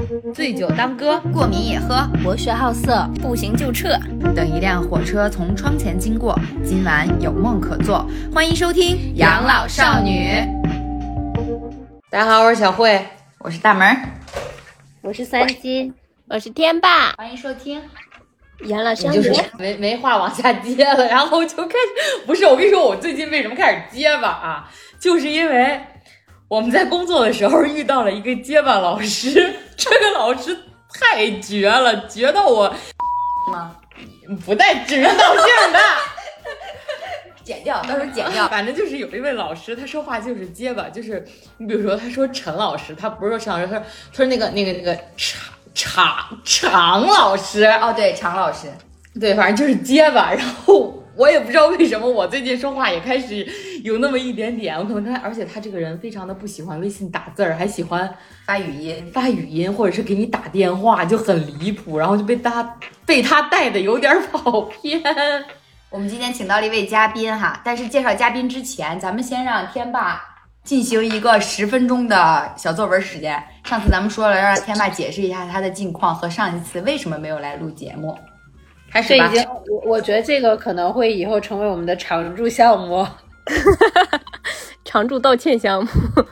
醉酒当歌， 过敏也喝， 博学好色， 不行就撤。 等一辆火车从窗前经过，今晚有梦可做。欢迎收听《养老少女》。大家好，我是小慧， 我是大门， 我是三金，我是天霸。 欢迎收听养老少女。 就是没话往下接了，然后就开始，不是，我跟你说，我最近为什么开始结巴啊？就是因为我们在工作的时候遇到了一个结巴老师，这个老师太绝了，绝到我吗？ 不带指名道姓的。 剪掉，到时候剪掉。 反正就是有一位老师，他说话就是结巴，就是你比如说，他说陈老师，他不是说陈老师，他说那个常老师。 哦，对，常老师， 对，反正就是结巴。然后我也不知道为什么，我最近说话也开始有那么一点点，我可能看，而且他这个人非常的不喜欢微信打字儿，还喜欢发语音， 或者是给你打电话，就很离谱，然后就被他带的有点跑偏。 我们今天请到了一位嘉宾哈，但是介绍嘉宾之前，咱们先让天霸进行一个10分钟的小作文时间。上次咱们说了，让天霸解释一下他的近况和上一次为什么没有来录节目。开始吧。 这已经，我觉得这个可能会以后成为我们的常驻项目， 常驻道歉项目。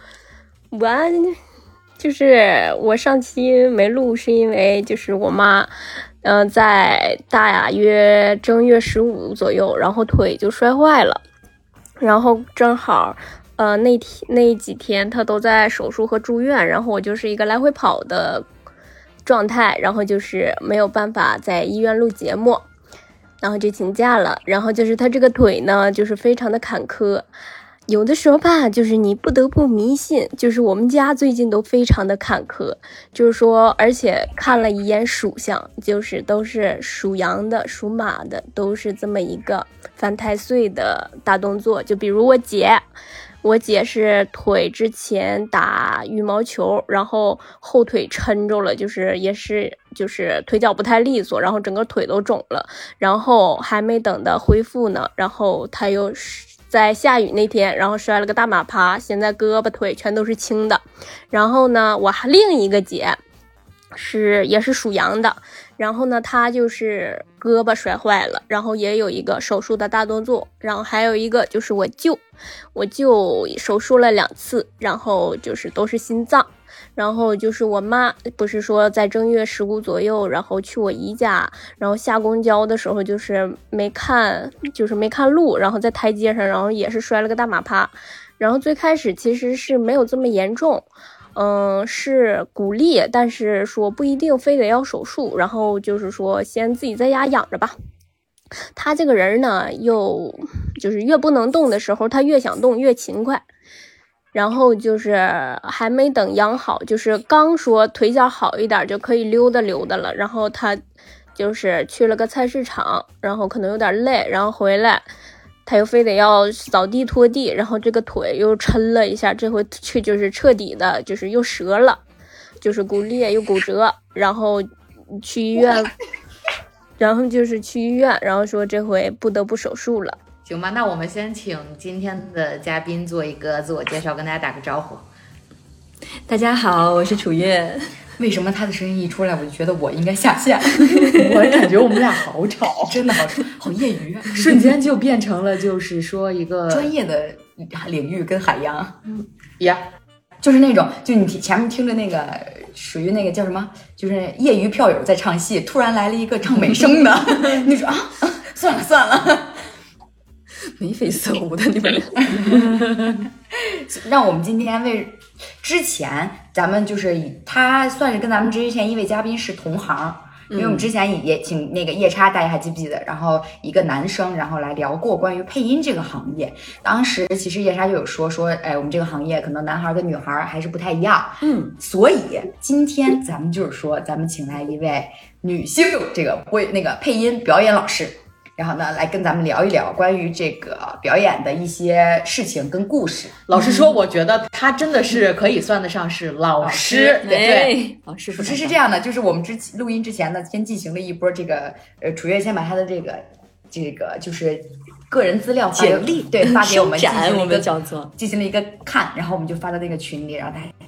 就是我上期没录，是因为就是我妈。在大约正月15左右，然后腿就摔坏了，然后正好，那几天她都在手术和住院，然后我就是一个来回跑的状态，然后就是没有办法在医院录节目，然后就请假了。然后就是她这个腿呢，就是非常的坎坷。有的时候吧，就是你不得不迷信，就是我们家最近都非常的坎坷，就是说，而且看了一眼属相，就是都是属羊的、属马的，都是这么一个犯太岁的大动作。就比如我姐是腿之前打羽毛球，然后后腿抻着了，就是腿脚不太利索，然后整个腿都肿了，然后还没等到恢复呢，然后她又在下雨那天，然后摔了个大马趴，现在胳膊腿全都是青的。然后呢，我还另一个姐也是属羊的，然后呢，她就是胳膊摔坏了，然后也有一个手术的大动作，然后还有一个就是我舅手术了2次，然后就是都是心脏。然后就是我妈不是说在正月15左右，然后去我姨家，然后下公交的时候就是没看路，然后在台阶上，然后也是摔了个大马趴。然后最开始其实是没有这么严重，是骨裂，但是说不一定非得要手术，然后就是说先自己在家养着吧。他这个人呢，就是越不能动的时候，他越想动，越勤快。然后就是还没等养好，就是刚说腿脚好一点就可以溜达溜达了，然后他就是去了个菜市场，然后可能有点累，然后回来他又非得要扫地拖地，然后这个腿又抻了一下，这回就是彻底的就是又折了，就是骨裂又骨折，然后去医院，然后说这回不得不手术了。 行吧，那我们先请今天的嘉宾做一个自我介绍，跟大家打个招呼。 大家好，我是楚月。 为什么他的声音一出来，我就觉得我应该下线？ 我感觉我们俩好吵， 真的好吵，好业余， 瞬间就变成了就是说一个专业的领域跟海洋。 呀， 就是那种，就你前面听着那个属于那个叫什么，就是业余票友在唱戏，突然来了一个唱美声的，你说算了。 眉飞色舞的你们让我们今天之前咱们就是他算是跟咱们之前一位嘉宾是同行，因为我们之前也请那个夜叉，大家还记不记得？然后一个男生，然后来聊过关于配音这个行业。当时其实夜叉就有说，哎，我们这个行业可能男孩跟女孩还是不太一样。所以今天咱们就是说，咱们请来一位女性这个那个配音表演老师。然后呢，来跟咱们聊一聊关于这个表演的一些事情跟故事。 老实说，我觉得他真的是可以算得上是老师。 对，老师不是这样的，就是我们录音之前呢，先进行了一波这个楚月先把他的这个就是个人资料简历发给我们， 我们叫做进行了一个看，然后我们就发到那个群里，然后大家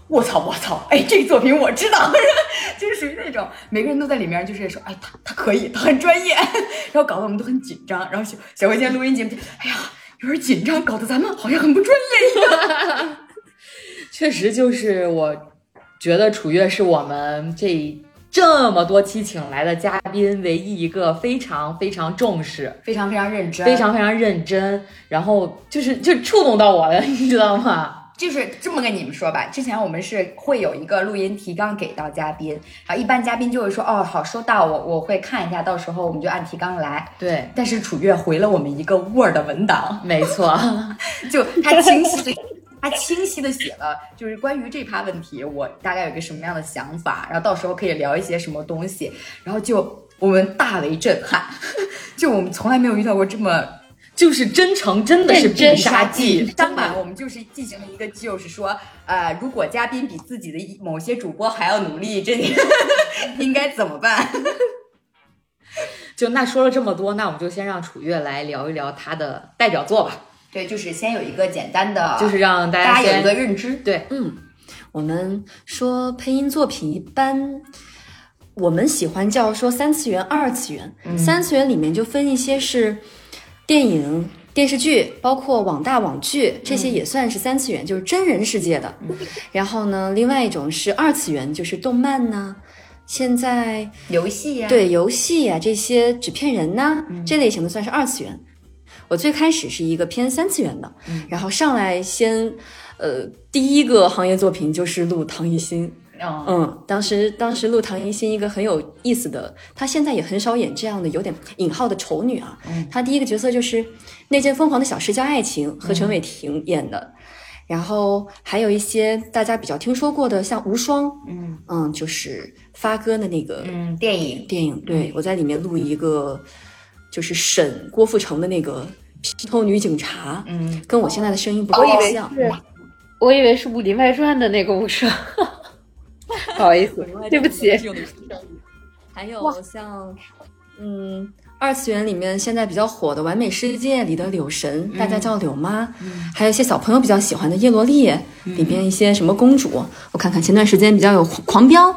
我操，哎，这个作品我知道，就是属于那种每个人都在里面，就是说，哎，他可以，他很专业，然后搞得我们都很紧张。然后小慧今天录音节目，哎呀，有点紧张，搞得咱们好像很不专业一样。 确实，就是我觉得楚月是我们这么多期请来的嘉宾唯一一个非常非常重视、 非常非常认真、 非常非常认真，然后就触动到我了，你知道吗？ 就是这么跟你们说吧，之前我们是会有一个录音提纲给到嘉宾，然后一般嘉宾就会说哦好收到，我会看一下，到时候我们就按提纲来。 对， 但是楚月回了我们一个 Word 文档， 没错， 就他清晰的写了，就是关于这趴问题，我大概有个什么样的想法，然后到时候可以聊一些什么东西，然后就我们大为震撼，就我们从来没有遇到过这么。 就是真诚，真的是必杀技。 当晚我们就是进行了一个，就是说，如果嘉宾比自己的某些主播还要努力，这应该怎么办？ 就那说了这么多，那我们就先让楚月来聊一聊他的代表作吧。 对，就是先有一个简单的， 就是让大家有一个认知。 对， 我们说配音作品一般。我们喜欢叫说3次元、2次元。3次元里面就分一些是电影、电视剧，包括网大网剧，这些也算是3次元，就是真人世界的。然后呢，另外一种是2次元，就是动漫呐，现在游戏呀， 对游戏呀这些纸片人呐，这类型的算是2次元。我最开始是一个偏3次元的，然后上来先第一个行业作品就是录唐艺昕。当时录唐艺昕一个很有意思的，她现在也很少演这样的有点引号的丑女啊。她第一个角色就是《那件疯狂的小事叫爱情》，和陈伟霆演的。然后还有一些大家比较听说过的，像《无双》，就是发哥的那个电影。 对，我在里面录一个就是审郭富城的那个皮头女警察，跟我现在的声音不太像。 我以为是《武林外传》的那个无双。不好意思，对不起。 还有像2次元里面现在比较火的《完美世界》里的柳神，大家叫柳妈，还有一些小朋友比较喜欢的叶罗丽，里边一些什么公主，我看看前段时间比较有狂飙，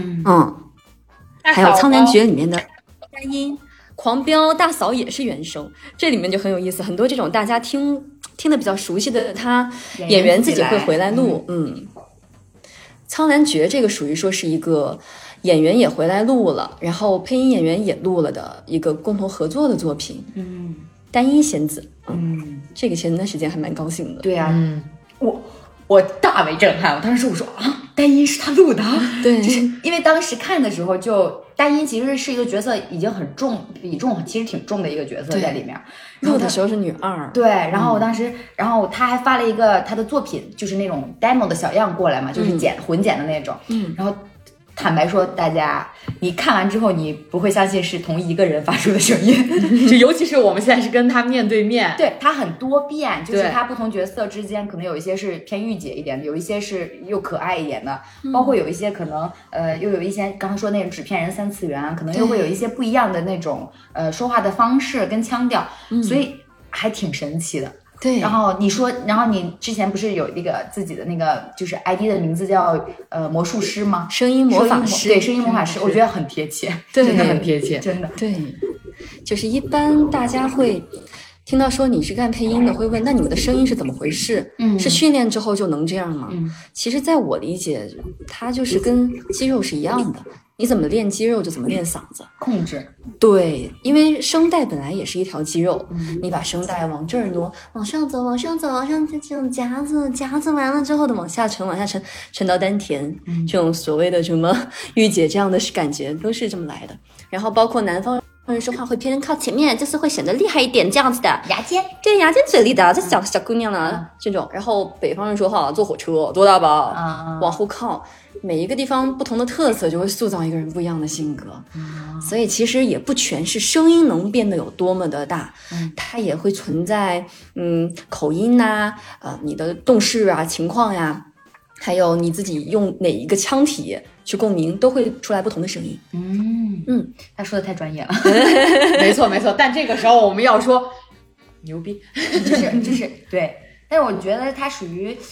还有《苍兰诀》里面的单音，狂飙大嫂也是原声，这里面就很有意思，很多这种大家听的比较熟悉的，他演员自己会回来录，苍兰诀这个属于说是一个演员也回来录了，然后配音演员也录了的一个共同合作的作品。单音仙子，这个前段时间还蛮高兴的。 对啊，我大为震撼，我当时我说啊，单音是他录的， 对， 就是因为当时看的时候就单音其实是一个角色已经很重，比重其实挺重的一个角色在里面。 录的时候是女二， 对，然后我当时，然后他还发了一个他的作品，就是那种 demo 的小样过来嘛，就是混剪的那种，然后坦白说，大家你看完之后，你不会相信是同一个人发出的声音， 就尤其是我们现在是跟他面对面， 对他很多变，就是他不同角色之间可能有一些是偏御姐一点的，有一些是又可爱一点的，包括有一些可能又有一些刚刚说那种纸片人3次元，可能又会有一些不一样的那种说话的方式跟腔调，所以还挺神奇的。 对， 然后你说，然后你之前不是有那个自己的那个就是 ID 的名字叫魔术师吗？ 声音魔法师， 对，声音魔法师，我觉得很贴切， 对， 真的很贴切， 真的。 对，就是一般大家会听到说你是干配音的，会问那你们的声音是怎么回事？是训练之后就能这样吗？其实在我理解，它就是跟肌肉是一样的。你怎么练肌肉就怎么练嗓子， 控制。 对，因为声带本来也是一条肌肉，你把声带往这儿挪，往上走，往上走，往上这种夹子完了之后的往下沉，往下沉，沉到丹田，这种所谓的什么御姐这样的感觉都是这么来的。然后包括南方人说话会偏靠前面，就是会显得厉害一点这样子的， 牙尖， 对，牙尖嘴利的，这小姑娘呢这种。然后北方人说话坐火车多大吧，往后靠。每一个地方不同的特色就会塑造一个人不一样的性格，所以其实也不全是声音能变得有多么的大，它也会存在口音呐，你的动势啊情况呀，还有你自己用哪一个腔体去共鸣，都会出来不同的声音。 他说的太专业了， 没错没错。但这个时候我们要说牛逼， 就是对。但是我觉得他属于。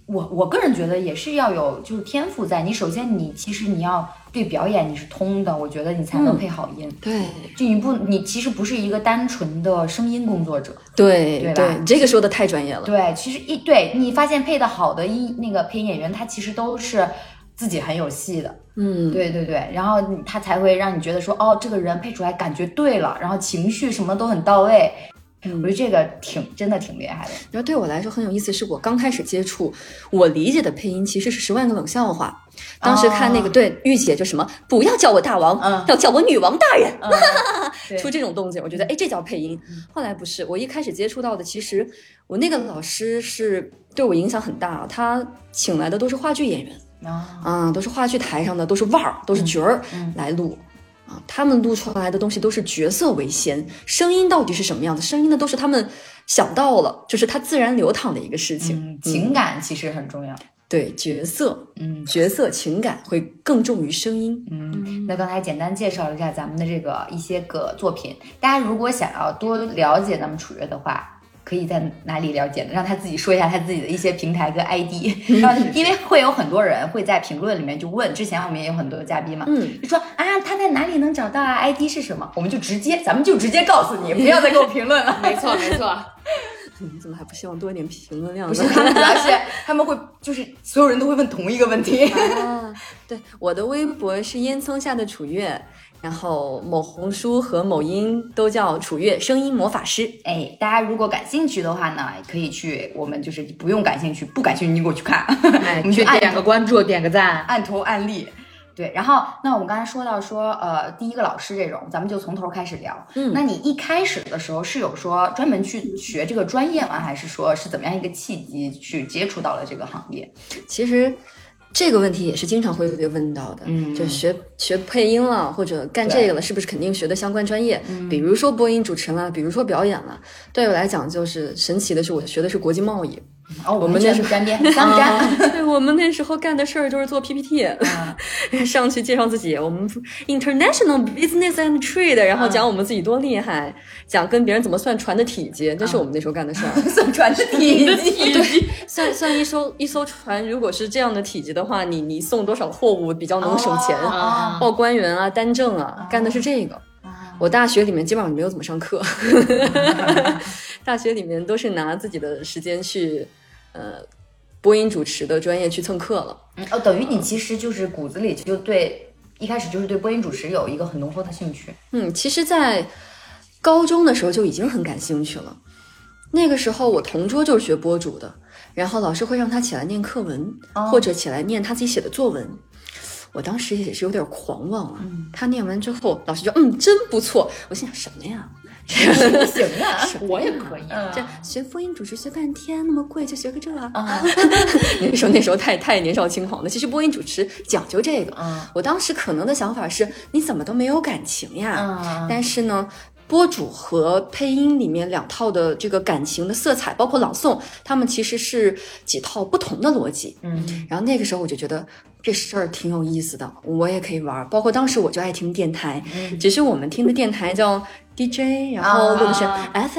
我个人觉得也是要有就是天赋在。你首先其实你要对表演你是通的，我觉得你才能配好音。 对， 就你其实不是一个单纯的声音工作者。 对吧？ 你这个说的太专业了。 对，其实对你发现配的好的那个配音演员，他其实都是自己很有戏的。对，然后他才会让你觉得说，哦，这个人配出来感觉对了，然后情绪什么都很到位。我觉得这个真的挺厉害的。 然后对我来说很有意思，是我刚开始接触，我理解的配音其实是10万个冷笑话。当时看那个对御姐就什么不要叫我大王，要叫我女王大人，出这种动静，我觉得这叫配音。后来不是，我一开始接触到的，其实我那个老师是对我影响很大，他请来的都是话剧演员都是话剧台上的，都是腕儿，都是角儿来录。他们录出来的东西都是角色为先，声音到底是什么样的？声音呢，都是他们想到了，就是它自然流淌的一个事情。 情感其实很重要。 对，角色情感会更重于声音。 那刚才简单介绍了一下咱们的这个一些个作品，大家如果想要多了解咱们楚月的话，可以在哪里了解呢？让他自己说一下他自己的一些平台跟 ID， 然后因为会有很多人会在评论里面就问，之前我们也有很多嘉宾嘛，就说他在哪里能找到ID 是什么？咱们就直接告诉你，不要再给我评论了。 没错。 你怎么还不希望多一点评论量呢？ 不是，他们主要是他们会就是所有人都会问同一个问题。 对，我的微博是烟囱下的楚月，然后某红书和某音都叫楚月声音魔法师。 大家如果感兴趣的话呢，可以去，我们就是不用感兴趣，不感兴趣你给我去看，我们去点个关注，点个赞， 按头按例。对，然后那我们刚才说到第一个老师这种，咱们就从头开始聊。那你一开始的时候是有说专门去学这个专业吗？还是说是怎么样一个契机去接触到了这个行业？ 其实这个问题也是经常会被问到的，就学配音了或者干这个了，是不是肯定学的相关专业？比如说播音主持了，比如说表演了。对我来讲，就是神奇的是，我学的是国际贸易。 我们那是沾边三沾。 对，我们那时候干的事儿就是做 PPT，上去介绍自己，我们 International Business and Trade， 然后讲我们自己多厉害，讲跟别人怎么算船的体积，这是我们那时候干的事儿。 算船的体积， 对，算一艘船，如果是这样的体积的话，你送多少货物比较能省钱？报官员啊，单证啊，干的是这个。我大学里面基本上没有怎么上课，大学里面都是拿自己的时间去播音主持的专业去蹭课了。 等于你其实就是骨子里就一开始就是对播音主持有一个很浓厚的兴趣。 其实在高中的时候就已经很感兴趣了。那个时候我同桌就是学播主的，然后老师会让他起来念课文，或者起来念他自己写的作文。我当时也是有点狂妄啊，他念完之后，老师就真不错。我心想什么呀？ 行啊， 我也可以。 这学播音主持学半天，那么贵就学个这那时候太年少轻狂了。其实播音主持讲究这个。我当时可能的想法是，你怎么都没有感情呀？但是呢，播主和配音里面两套的这个感情的色彩，包括朗诵，他们其实是几套不同的逻辑。然后那个时候我就觉得这事儿挺有意思的，我也可以玩。包括当时我就爱听电台，只是我们听的电台叫 DJ， 然后录的是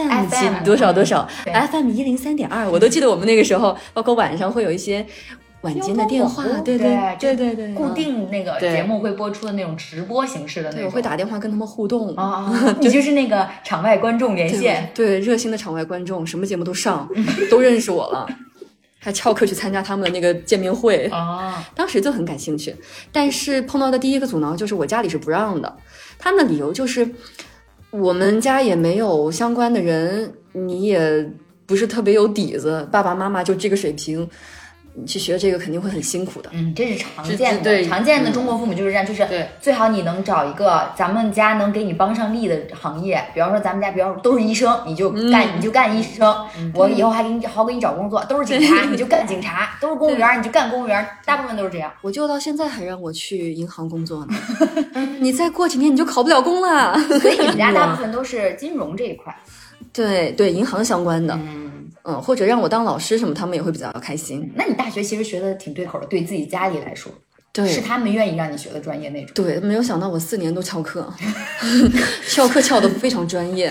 FM 多少多少 FM 103.2，我都记得我们那个时候，包括晚上会有一些晚间的电话，对， 固定那个节目会播出的那种直播形式的那种， 我会打电话跟他们互动你就是那个场外观众连线， 对热心的场外观众，什么节目都上，都认识我了。还翘课去参加他们的那个见面会当时就很感兴趣。但是碰到的第一个阻挠就是我家里是不让的，他们的理由就是我们家也没有相关的人，你也不是特别有底子，爸爸妈妈就这个水平，你去学这个肯定会很辛苦的。 这是常见的，常见的中国父母就是这样，就是最好你能找一个咱们家能给你帮上力的行业，比方说咱们家，比方说都是医生，你就干医生，我以后还给你找工作，都是警察，你就干警察，都是公务员，你就干公务员，大部分都是这样。 我舅到现在还让我去银行工作呢，你再过几年你就考不了公了。 所以你们家大部分都是金融这一块。 对，银行相关的。或者让我当老师什么，他们也会比较开心。 那你大学其实学的挺对口的，对自己家里来说， 对， 是他们愿意让你学的专业那种。 对，没有想到我4年都翘课，翘课翘得非常专业。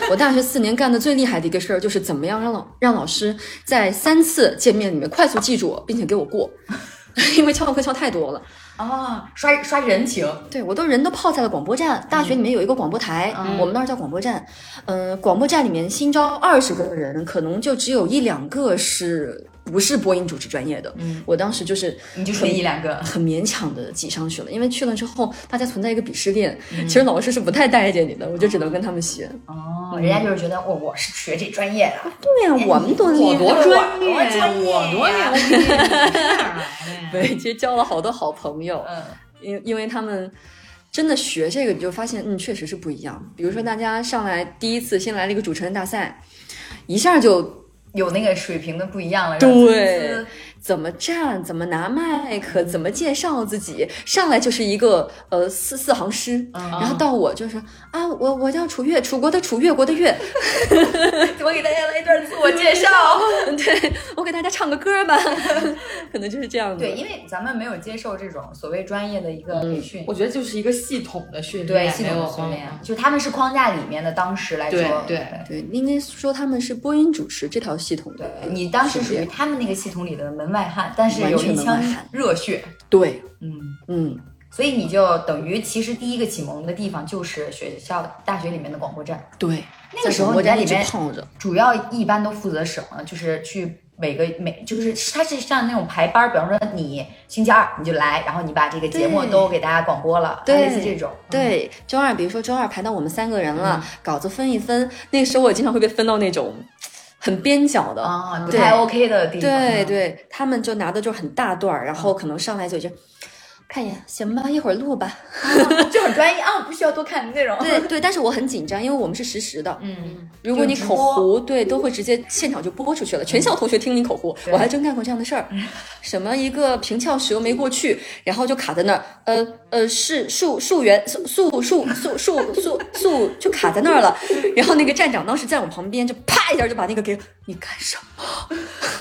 我大学4年干的最厉害的一个事儿，就是怎么样让老师在3次见面里面快速记住我，并且给我过，因为翘课翘太多了。 刷人情。 对，我人都泡在了广播站，大学里面有一个广播台，我们那儿叫广播站。广播站里面新招20个人，可能就只有1、2个不是播音主持专业的。我当时你就说1、2个， 很勉强的挤上去了，因为去了之后大家存在一个鄙视链，其实老师是不太待见你的，我就只能跟他们学。 人家就是觉得我是学这专业的。 对呀，我们多厉害， 我多专业， 我多牛逼。 对，其实交了好多好朋友。因为他们真的学这个，你就发现确实是不一样。比如说大家上来第一次先来了一个主持人大赛，一下就有那个水平的不一样了。 对，怎么站，怎么拿麦克，怎么介绍自己，上来就是一个四行诗，然后到我就是我叫楚越，楚国的楚，越国的越。 我给大家来一段自我介绍。 对，我给大家唱个歌吧。可能就是这样的。 对，因为咱们没有接受这种所谓专业的一个培训， 我觉得就是一个系统的训练， 对，系统的训练，就是他们是框架里面的。当时来说， 对，应该说他们是播音主持这条系统的。 对，你当时属于他们那个系统里的门外汉，但是有一腔热血。 对， 所以你就等于其实第一个启蒙的地方就是学校大学里面的广播站。 对， 那个时候你在里面泡着， 主要一般都负责什么？就是去就是它是像那种排班，比方说你星期2你就来，然后你把这个节目都给大家广播了，类似这种。 对，周二比如说周2排到我们3个人了，稿子分一分，那个时候我经常会被分到那种很边角的不太 OK 的地方。 对，他们就拿的就很大段，然后可能上来就看一眼，行吧，一会儿录吧， 就很专业不需要多看那种。 对，但是我很紧张，因为我们是实时的。如果你口胡，对，都会直接现场就播出去了，全校同学听你口胡。我还真干过这样的事儿，什么一个平翘舌没过去，然后就卡在那儿，是数元速就卡在那儿了。然后那个站长当时在我旁边，就啪一下就把那个给你干什么？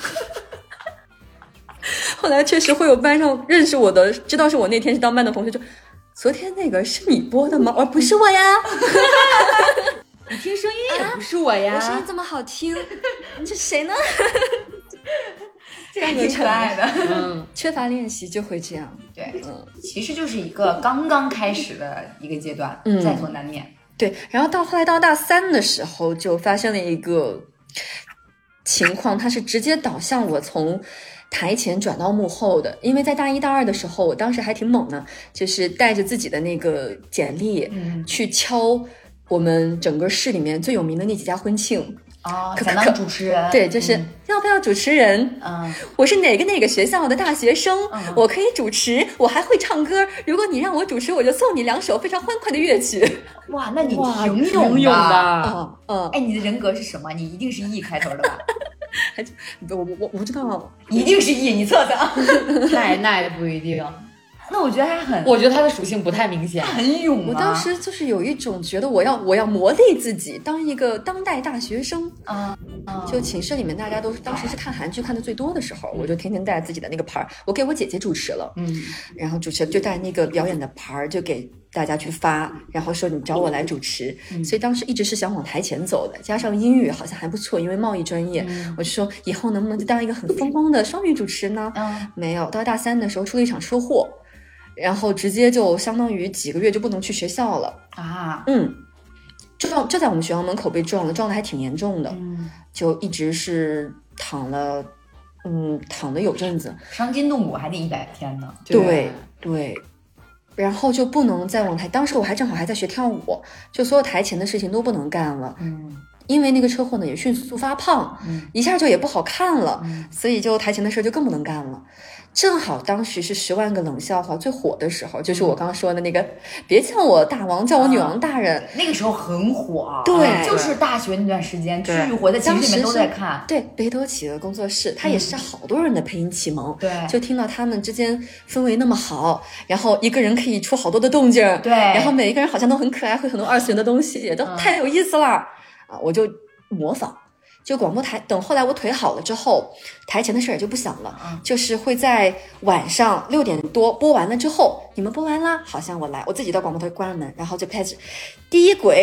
后来确实会有班上认识我的，知道是我那天是当班的同学，就昨天那个是你播的吗？我说不是我呀。 你听声音也不是我呀， 我声音这么好听，你是谁呢？ 这个挺可爱的。 缺乏练习就会这样。 对，其实就是一个刚刚开始的一个阶段，在所难免。 对，然后后来到大3的时候，就发生了一个情况，它是直接导向我从台前转到幕后的。因为在大1、大2的时候，我当时还挺猛的，就是带着自己的那个简历，去敲我们整个市里面最有名的那几家婚庆。 想当主持人。 对，就是要不要主持人？我是哪个学校的大学生，我可以主持，我还会唱歌。如果你让我主持，我就送你2首非常欢快的乐曲。 哇，那你挺勇的。你的人格是什么？你一定是 E 开头的吧？ 我不知道， 一定是 E， 你测测。 那不一定。 那我觉得他我觉得他的属性不太明显， 很勇我当时就是有一种觉得我要磨砺自己，当一个当代大学生。就寝室里面大家都当时是看韩剧看的最多的时候，我就天天带自己的那个牌，我给我姐姐主持了。然后主持就带那个表演的牌就给大家去发，然后说你找我来主持。所以当时一直是想往台前走的，加上英语好像还不错，因为贸易专业，我就说以后能不能就当一个很风光的双语主持呢？没有，到大3的时候出了一场车祸，然后直接就相当于几个月就不能去学校了就在我们学校门口被撞了还挺严重的。就一直是躺了有阵子， 伤筋动骨还得100天呢。 对，然后就不能再往台。当时我还正好还在学跳舞，就所有台前的事情都不能干了。因为那个车祸呢也迅速发胖，一下就也不好看了，所以就台前的事就更不能干了。正好当时是10万个冷笑话最火的时候，就是我刚刚说的那个别叫我大王，叫我女王大人。 那个时候很火。 对， 就是大学那段时间巨火，在寝室里面都在看。 对，北斗企鹅工作室，它也是好多人的配音启蒙。 对， 就听到他们之间氛围那么好，然后一个人可以出好多的动静。 对， 然后每一个人好像都很可爱，会很多2次元的东西，也都太有意思了。我就模仿。就广播台，等后来我腿好了之后，台前的事儿也就不想了，就是会在晚上6点多播完了之后，你们播完啦，好像我来，我自己到广播台关了门，然后就开始第一轨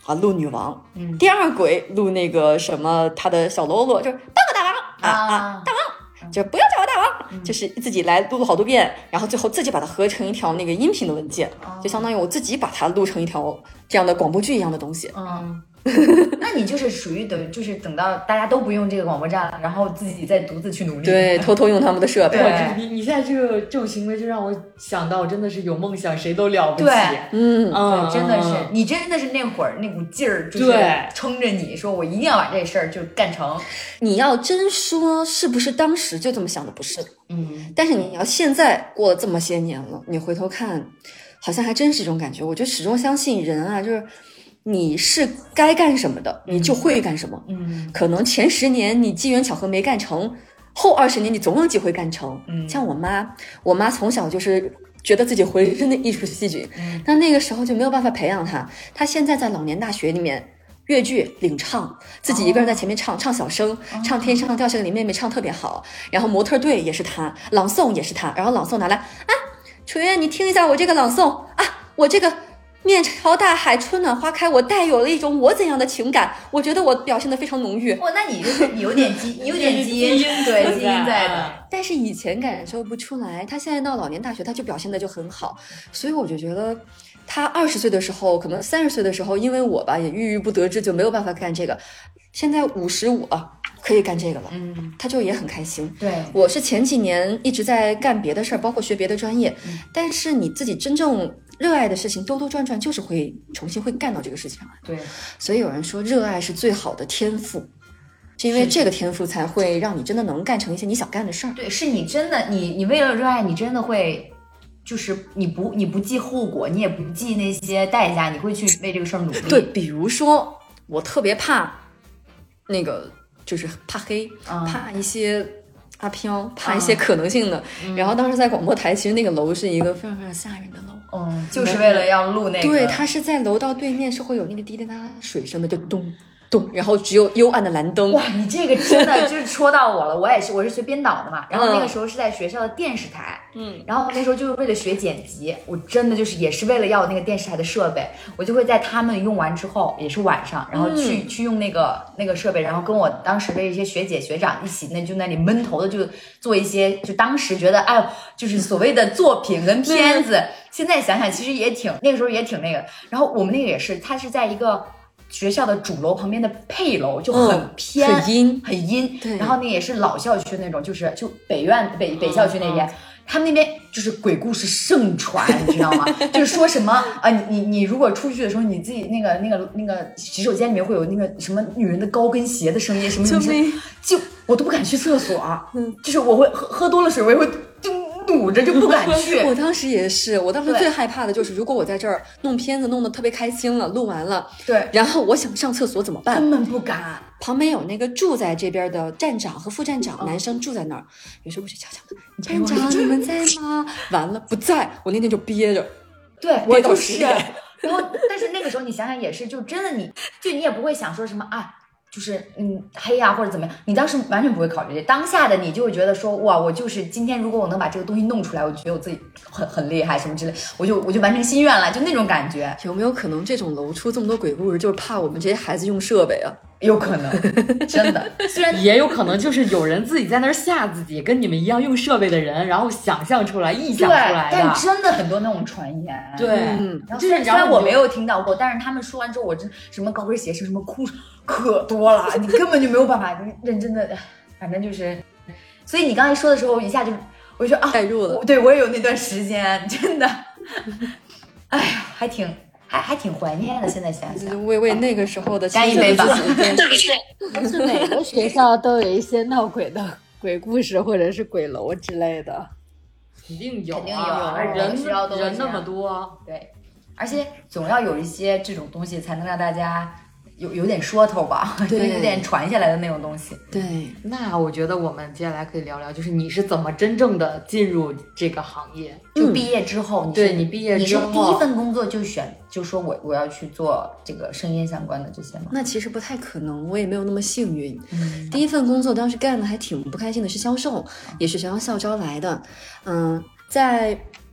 啊录女王，第二轨录那个什么他的小喽啰，就是当个大王大王，就不要叫我大王，就是自己来录了好多遍，然后最后自己把它合成一条那个音频的文件，就相当于我自己把它录成一条这样的广播剧一样的东西。 那你就是属于就是等到大家都不用这个广播站了，然后自己再独自去努力， 对，偷偷用他们的设备。 对你现在这种行为就让我想到，真的是有梦想谁都了不起。 对对， 真的是你真的是那会儿那股劲儿，就是对撑着你说我一定要把这事儿就干成。 你要真说是不是当时就这么想的，不是。但是你要现在过了这么些年了，你回头看，好像还真是这种感觉。我就始终相信人啊，就是你是该干什么的，你就会干什么。可能前10年你机缘巧合没干成，后20年你总有机会干成。像我妈从小就是觉得自己浑身的艺术细菌，但那个时候就没有办法培养她。她现在在老年大学里面越剧领唱，自己一个人在前面唱小声，唱《天上掉下个林妹妹》唱特别好，然后模特队也是她，朗诵也是她，然后朗诵拿来啊，楚月你听一下我这个朗诵啊，我这个面朝大海，春暖花开，我带有了一种我怎样的情感？我觉得我表现得非常浓郁。 那你就是有点基因，对，基因在的。 但是以前感受不出来，他现在到老年大学，他就表现得就很好，所以我就觉得他20岁的时候，可能30岁的时候，因为我吧也郁郁不得志，就没有办法干这个。现在55了，可以干这个了，他就也很开心。 对， 我是前几年一直在干别的事儿，包括学别的专业，但是你自己真正热爱的事情，兜兜转转就是会重新会干到这个事情上来。 对， 所以有人说热爱是最好的天赋，是因为这个天赋才会让你真的能干成一些你想干的事儿。 对，是你真的你为了热爱，你真的会。就是你不计后果，你也不计那些代价，你会去为这个事儿努力。 对，比如说我特别怕那个，就是怕黑，怕一些阿飘，怕一些可能性的。然后当时在广播台，其实那个楼是一个非常非常吓人的楼， 就是为了要录那个。 对，它是在楼道对面，是会有那个滴滴答答水声的，就咚。然后只有幽暗的蓝灯。 哇，你这个真的就是戳到我了。我是学编导的嘛，然后那个时候是在学校的电视台，然后那时候就是为了学剪辑，我真的就是也是为了要那个电视台的设备，我就会在他们用完之后，也是晚上，然后去用那个设备，然后跟我当时的一些学姐学长一起，那里闷头的就做一些，就当时觉得哎，就是所谓的作品跟片子，现在想想其实也挺那个时候也挺那个。然后我们那个也是，它是在一个学校的主楼旁边的配楼，就很偏，很阴。 对， 然后那也是老校区那种，就北校区那边，他们那边就是鬼故事盛传，你知道吗？就是说什么啊，你如果出去的时候，你自己那个洗手间里面会有那个什么女人的高跟鞋的声音，什么就我都不敢去厕所，就是我会喝多了水，我也会就堵着就不敢去。 我当时也是，我当时最害怕的就是，如果我在这儿弄片子弄得特别开心了，录完了， 对， 然后我想上厕所怎么办？ 根本不敢。 旁边有那个住在这边的站长和副站长，男生住在那儿，有时候我就悄悄的，站长你们在吗？完了不在，我那天就憋着。 对，我都是。然后，但是那个时候你想想也是，就真的你也不会想说什么啊。就是黑呀或者怎么样，你当时完全不会考虑这，当下的你就会觉得说哇，我就是今天如果我能把这个东西弄出来，我觉得我自己很厉害什么之类，我就完成心愿了，就那种感觉。 有没有可能这种楼出这么多鬼故事，就是怕我们这些孩子用设备啊？ 有可能，真的。虽然也有可能就是有人自己在那儿吓自己，跟你们一样用设备的人，然后想象出来、臆想出来的。 但真的很多那种传言。 对， 然后虽然我没有听到过，但是他们说完之后，我真什么高跟鞋是什么哭可多了，你根本就没有办法认真的，反正就是。所以你刚才说的时候，一下就我就说啊， 代入了。 对，我也有那段时间，真的，哎呀，还挺怀念的。现在想想， 为那个时候的干一杯吧。 是每个学校都有一些闹鬼的鬼故事，或者是鬼楼之类的， 肯定有， 人那么多， 对，而且总要有一些这种东西，才能让大家有点说头吧，有点传下来的那种东西。 对， 那我觉得我们接下来可以聊聊，就是你是怎么真正的进入这个行业？ 就毕业之后， 你毕业之后， 你是第一份工作就说我要去做这个声音相关的这些吗？ 那其实不太可能，我也没有那么幸运。第一份工作当时干的还挺不开心的，是销售，也是学校校招来的。在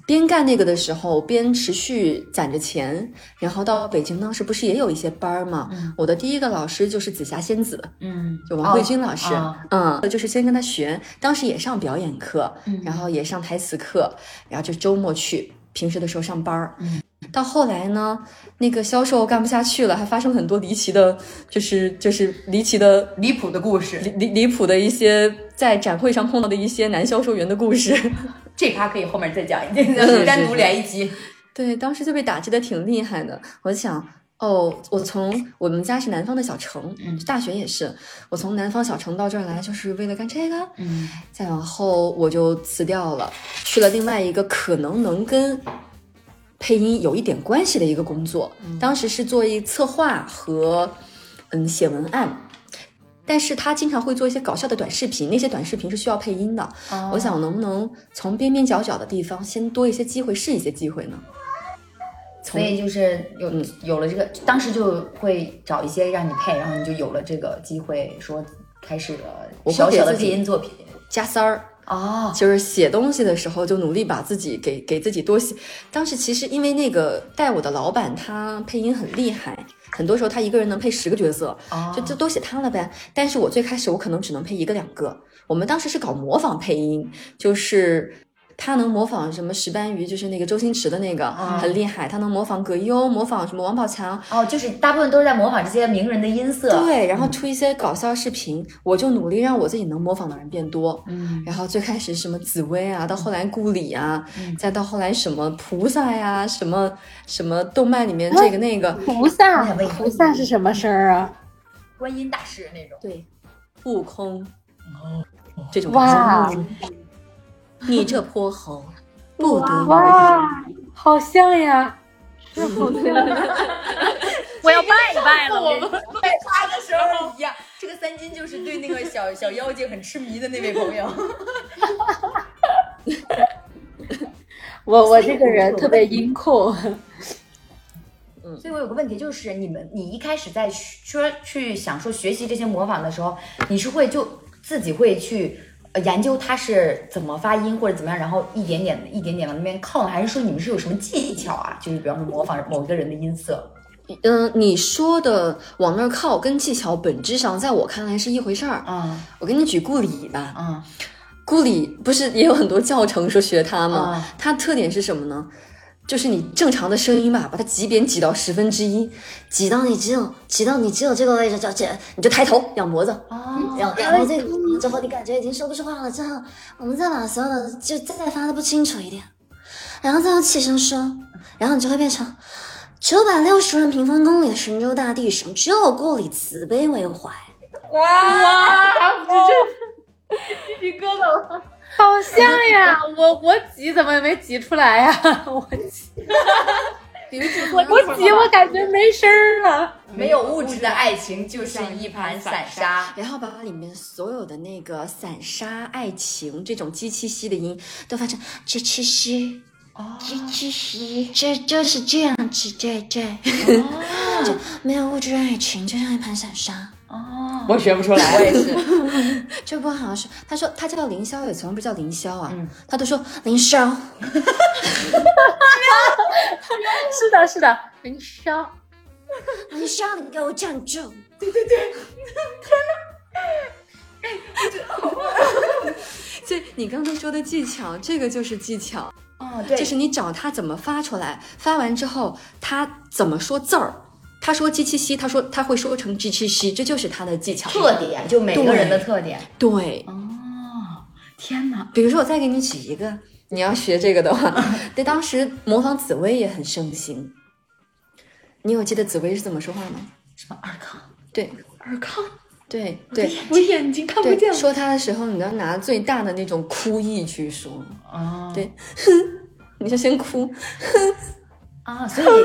边干那个的时候，边持续攒着钱，然后到北京当时不是也有一些班嘛？我的第一个老师就是紫霞仙子，就王慧君老师，就是先跟他学，当时也上表演课，然后也上台词课，然后就周末去，平时的时候上班。到后来呢，那个销售干不下去了，还发生很多离奇的，就是离奇的离谱的故事， 离谱的一些在展会上碰到的一些男销售员的故事。 这趴可以后面再讲一件，单独聊一集。 对，当时就被打击的挺厉害的。我想，我们家是南方的小城，大学也是，我从南方小城到这儿来，就是为了干这个。再往后我就辞掉了，去了另外一个可能能跟配音有一点关系的一个工作，当时是做一策划和写文案。但是他经常会做一些搞笑的短视频，那些短视频是需要配音的。我想能不能从边边角角的地方先多一些机会，试一些机会呢？ 所以就是有了这个，当时就会找一些让你配，然后你就有了这个机会，说开始了小小的配音作品， 加塞儿。就是写东西的时候就努力把自己给自己多写。当时其实因为那个带我的老板他配音很厉害，很多时候他一个人能配10个角色，就都写他了呗。但是我最开始我可能只能配1个2个。我们当时是搞模仿配音，就是他能模仿什么石斑鱼，就是那个周星驰的那个，很厉害。他能模仿葛优，模仿什么王宝强。 就是大部分都是在模仿这些名人的音色。 对，然后出一些搞笑视频，我就努力让我自己能模仿的人变多。然后最开始什么紫薇啊，到后来顾里啊，再到后来什么菩萨呀，什么动漫里面这个那个。 菩萨是什么声啊？ 观音大士那种。 对，悟空。这种哇。 你这泼猴，不得无哇，好像呀！ 我要拜一拜了。 我们拜他的时候一样。这个3金就是对那个小妖精很痴迷的那位朋友。 我这个人特别音控。 所以我有个问题，就是你一开始在去想说学习这些模仿的时候，你是会就自己会去研究它是怎么发音或者怎么样，然后一点点往那边靠呢？还是说你们是有什么技巧啊？就是比方说模仿某一个人的音色。 你说的往那儿靠跟技巧本质上在我看来是一回事儿。我给你举顾里吧。顾里不是也有很多教程说学他吗？他特点是什么呢？就是你正常的声音吧，把它挤扁挤到1/10，挤到你只有这个位置，你就抬头仰脖子，仰脖子之后你感觉已经说不出话了，之后我们再把所有的就再发的不清楚一点，然后再用气声说，然后你就会变成960万平方公里的神州大地上，只有顾里慈悲为怀。 哇，这鸡皮疙瘩了。 好像呀，我挤怎么没挤出来呀？我挤，我感觉没声儿了。 没有物质的爱情就是一盘散沙， 然后把里面所有的那个散沙、爱情这种鸡七西的音都发成这七西。这七西，这就是这样子，这就没有物质爱情，就像一盘散沙。 我学不出来， 我也是。 这不好是，他说他叫凌霄，有从不叫凌霄啊，他都说凌霄。 是的，凌霄， 你给我站住！ 对，天哪！ 所以你刚才说的技巧，这个就是技巧。 对， 就是你找他怎么发出来，发完之后他怎么说字儿。他说鸡七西，他会说成鸡七西，这就是他的技巧特点，就每个人的特点。 对， 天哪！ 比如说我再给你举一个，你要学这个的话，对，当时模仿紫薇也很盛行。你有记得紫薇是怎么说话吗？ 什么尔康？ 对， 尔康。 对， 我眼睛看不见了。 说他的时候，你要拿最大的那种哭意去说。对，你就先哭。 所以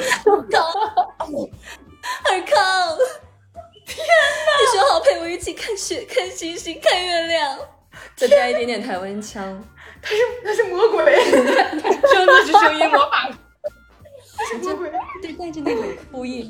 尔康，天哪！你说好陪我一起看雪、看星星、看月亮，再加一点点台湾腔。 他是魔鬼， 真的是声音魔法。 魔鬼，对，带着那种哭意去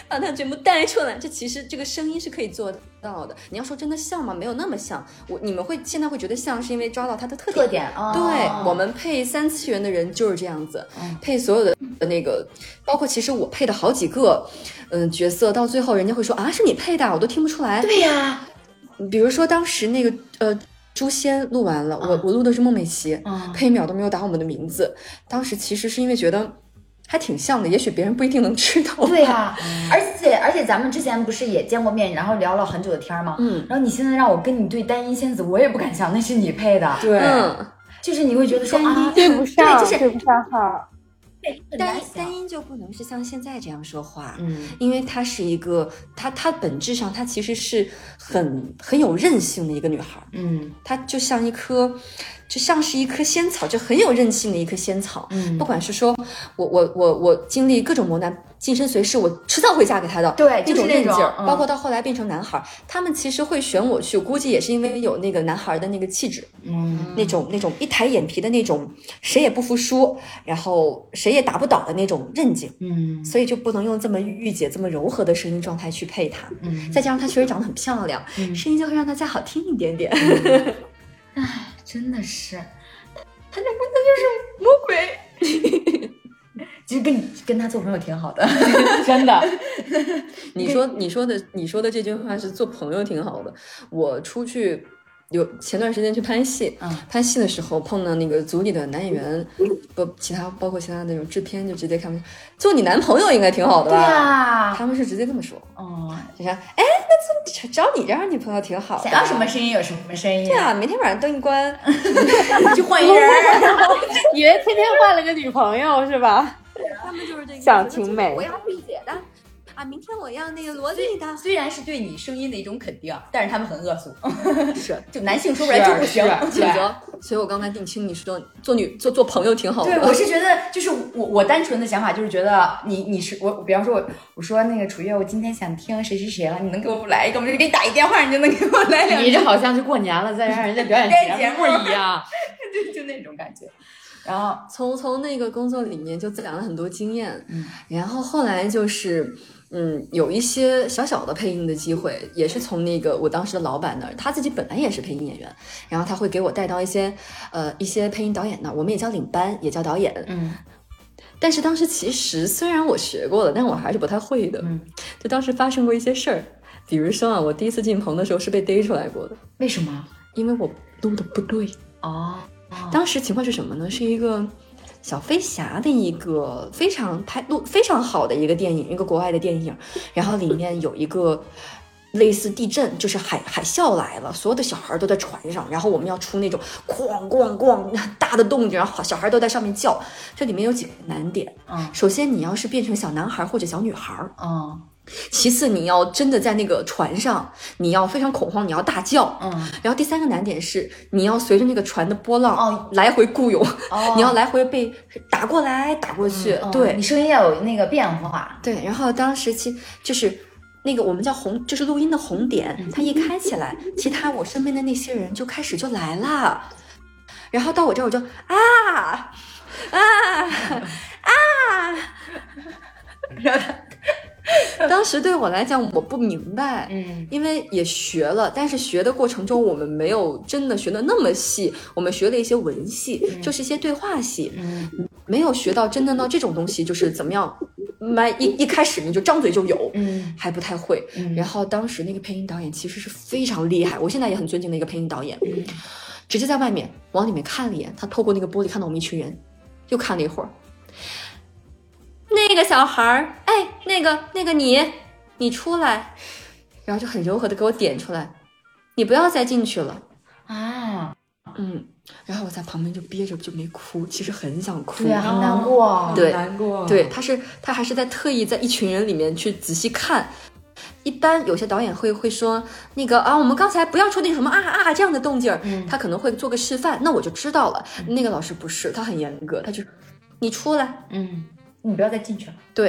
把它全部带出来，这其实这个声音是可以做到的。你要说真的像吗？没有那么像。你们现在会觉得像，是因为抓到它的特点。对，我们配3次元的人就是这样子，配所有的那个，包括其实我配的好几个角色，到最后人家会说啊，是你配的，我都听不出来。 对呀， 比如说当时那个诛仙录完了，我录的是孟美岐，配一秒都没有打我们的名字。当时其实是因为觉得还挺像的，也许别人不一定能知道。 对呀，而且咱们之前不是也见过面，然后聊了很久的天吗？然后你现在让我跟你对单音仙子，我也不敢想那是你配的。 对， 就是你会觉得说啊， 对不上， 对，就是对不上号。 单音就不能是像现在这样说话，因为她是一个，她本质上她其实是很有韧性的一个女孩，她就像是一棵仙草，就很有韧性的一棵仙草。不管是说我经历各种磨难，净身随侍，我迟早会嫁给他的， 对， 那种韧劲儿。 嗯、 包括到后来变成男孩，他们其实会选我去，估计也是因为有那个男孩的那个气质，那种一抬眼皮的那种，谁也不服输，然后谁也打不倒的那种韧劲。所以就不能用这么御姐这么柔和的声音状态去配她。再加上她确实长得很漂亮，声音就会让她再好听一点点。 唉，真的是，他这不就是魔鬼？其实跟他做朋友挺好的， 真的。 你说的这句话是做朋友挺好的。我出去前段时间去拍戏，拍戏的时候碰到那个组里的男演员，包括其他那种制片，就直接看做你男朋友应该挺好的吧？ 对啊， 他们是直接这么说。就说哎，那找你这样女朋友挺好的， 想要什么声音有什么声音。 对啊，每天晚上灯一关就换一人， 以为天天换了个女朋友是吧？ 他们就是这个想挺美。 我要御姐的啊，明天我要那个萝莉的。 虽然是对你声音的一种肯定，但是他们很恶俗， 是就男性说不来就不行， 谴责。所以我刚才定清你说做朋友挺好的。 对，我是觉得就是我单纯的想法就是觉得你是我，比方说我说那个楚月，我今天想听谁谁谁了，你能给我来一个吗？就给你打一电话，你就能给我来两句。 你这好像是过年了，再让人家表演节目一样， 就那种感觉。然后从那个工作里面就积攒了很多经验，然后后来就是有一些小小的配音的机会，也是从那个我当时的老板那儿，他自己本来也是配音演员，然后他会给我带到一些配音导演那儿，我们也叫领班，也叫导演，但是当时其实虽然我学过了，但我还是不太会的，就当时发生过一些事儿，比如说啊，我第一次进棚的时候是被逮出来过的。 为什么？ 因为我录的不对。当时情况是什么呢？是一个小飞侠的一个非常好的一个电影，一个国外的电影，然后里面有一个类似地震，就是海啸来了，所有的小孩都在船上，然后我们要出那种咣咣咣大的动静，然后小孩都在上面叫。这里面有几个难点，首先你要是变成小男孩或者小女孩，其次你要真的在那个船上，你要非常恐慌，你要大叫，然后第三个难点是你要随着那个船的波浪来回固有，你要来回被打过来打过去，对， 你声音要有那个变化， 对。然后当时就是那个我们叫红，就是录音的红点，它一开起来，其他我身边的那些人就开始就来了，然后到我这儿我就然后当时对我来讲我不明白，因为也学了，但是学的过程中我们没有真的学的那么细，我们学了一些文戏，就是一些对话戏，没有学到真的到这种东西，就是怎么样一开始你就张嘴就有，还不太会。然后当时那个配音导演其实是非常厉害，我现在也很尊敬的一个配音导演，直接在外面往里面看了一眼，他透过那个玻璃看到我们一群人，又看了一会儿，那个小孩儿，哎，那个你出来，然后就很柔和的给我点出来，你不要再进去了啊， 然后我在旁边就憋着就没哭，其实很想哭， 对啊，很难过， 对， 难过， 对，他还是在特意在一群人里面去仔细看。一般有些导演会说那个我们刚才不要出那个什么这样的动静，他可能会做个示范，那我就知道了。那个老师不是，他很严格，他就你出来， 你不要再进去了。 对，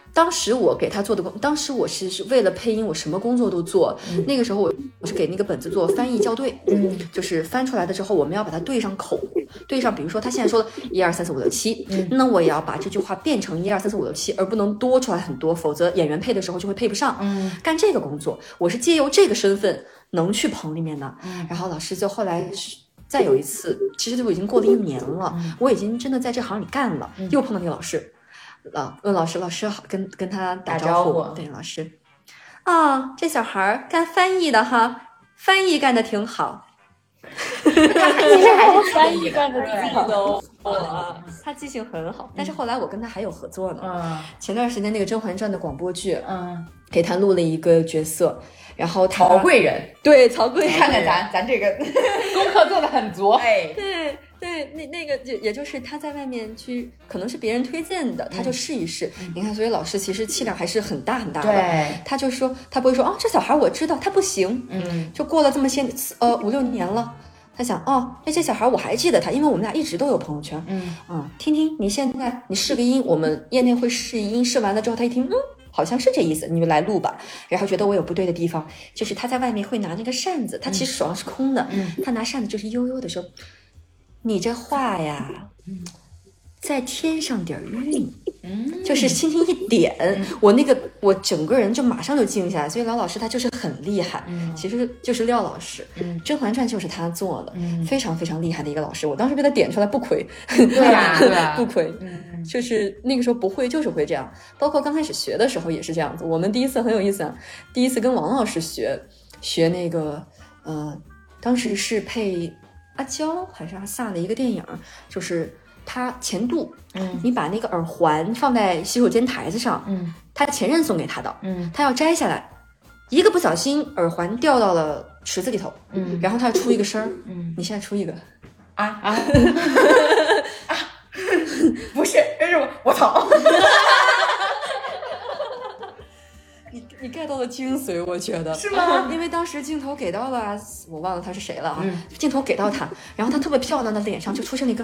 当时我给他做的当时我是为了配音，我什么工作都做。那个时候我是给那个本子做翻译校对，就是翻出来的之后，我们要把它对上口，对上，比如说他现在说了1 2 3 4 5 6 7，那我也要把这句话变成1 2 3 4 5 6 7，而不能多出来很多，否则演员配的时候就会配不上。干这个工作，我是借由这个身份能去棚里面的。然后老师就后来再有一次，其实就已经过了1年了，我已经真的在这行里干了，又碰到那个老师。问老师好，跟他打招呼。对，老师，这小孩干翻译的哈，翻译干得挺好。 其实还是翻译干得挺好。 他记性很好，但是后来我跟他还有合作呢。前段时间那个《甄嬛传》的广播剧，给他录了一个角色，然后曹贵人， 对，曹贵人， 看看咱这个功课做得很足。 哎， 对，那个也就是他在外面去，可能是别人推荐的，他就试一试。你看，所以老师其实气量还是很大很大的。 对， 他就说，他不会说这小孩我知道他不行。就过了这么些5 6年了，他想这小孩我还记得他，因为我们俩一直都有朋友圈。听听你现在你试个音，我们业内会试音，试完了之后他一听，好像是这意思，你就来录吧。然后觉得我有不对的地方，就是他在外面会拿那个扇子，他其实手上是空的，他拿扇子就是悠悠的说。你这话呀，再添上点韵，就是轻轻一点，我整个人就马上就静下来。所以老师他就是很厉害，其实就是廖老师，《甄嬛传》就是他做的，非常非常厉害的一个老师。我当时被他点出来不亏， 对啊， 不亏，就是那个时候不会就是会这样。包括刚开始学的时候也是这样子。我们第一次很有意思啊，第一次跟王老师学那个当时是配。阿娇还是阿萨的一个电影，就是他前度，你把那个耳环放在洗手间台子上，他前任送给他的，他要摘下来，一个不小心耳环掉到了池子里头，然后他要出一个声儿，你现在出一个不是，我操！ 你 get 到了精髓，我觉得是吗？ 因为当时镜头给到了，我忘了他是谁了啊。镜头给到他，然后他特别漂亮的脸上就出现了一个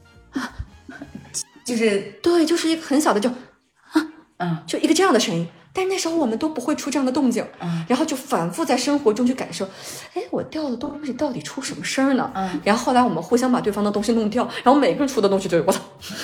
就是对，就是一个很小的就一个这样的声音。但是那时候我们都不会出这样的动静，然后就反复在生活中去感受，我掉的东西到底出什么声呢？然后后来我们互相把对方的东西弄掉，然后每个人出的东西就是我操，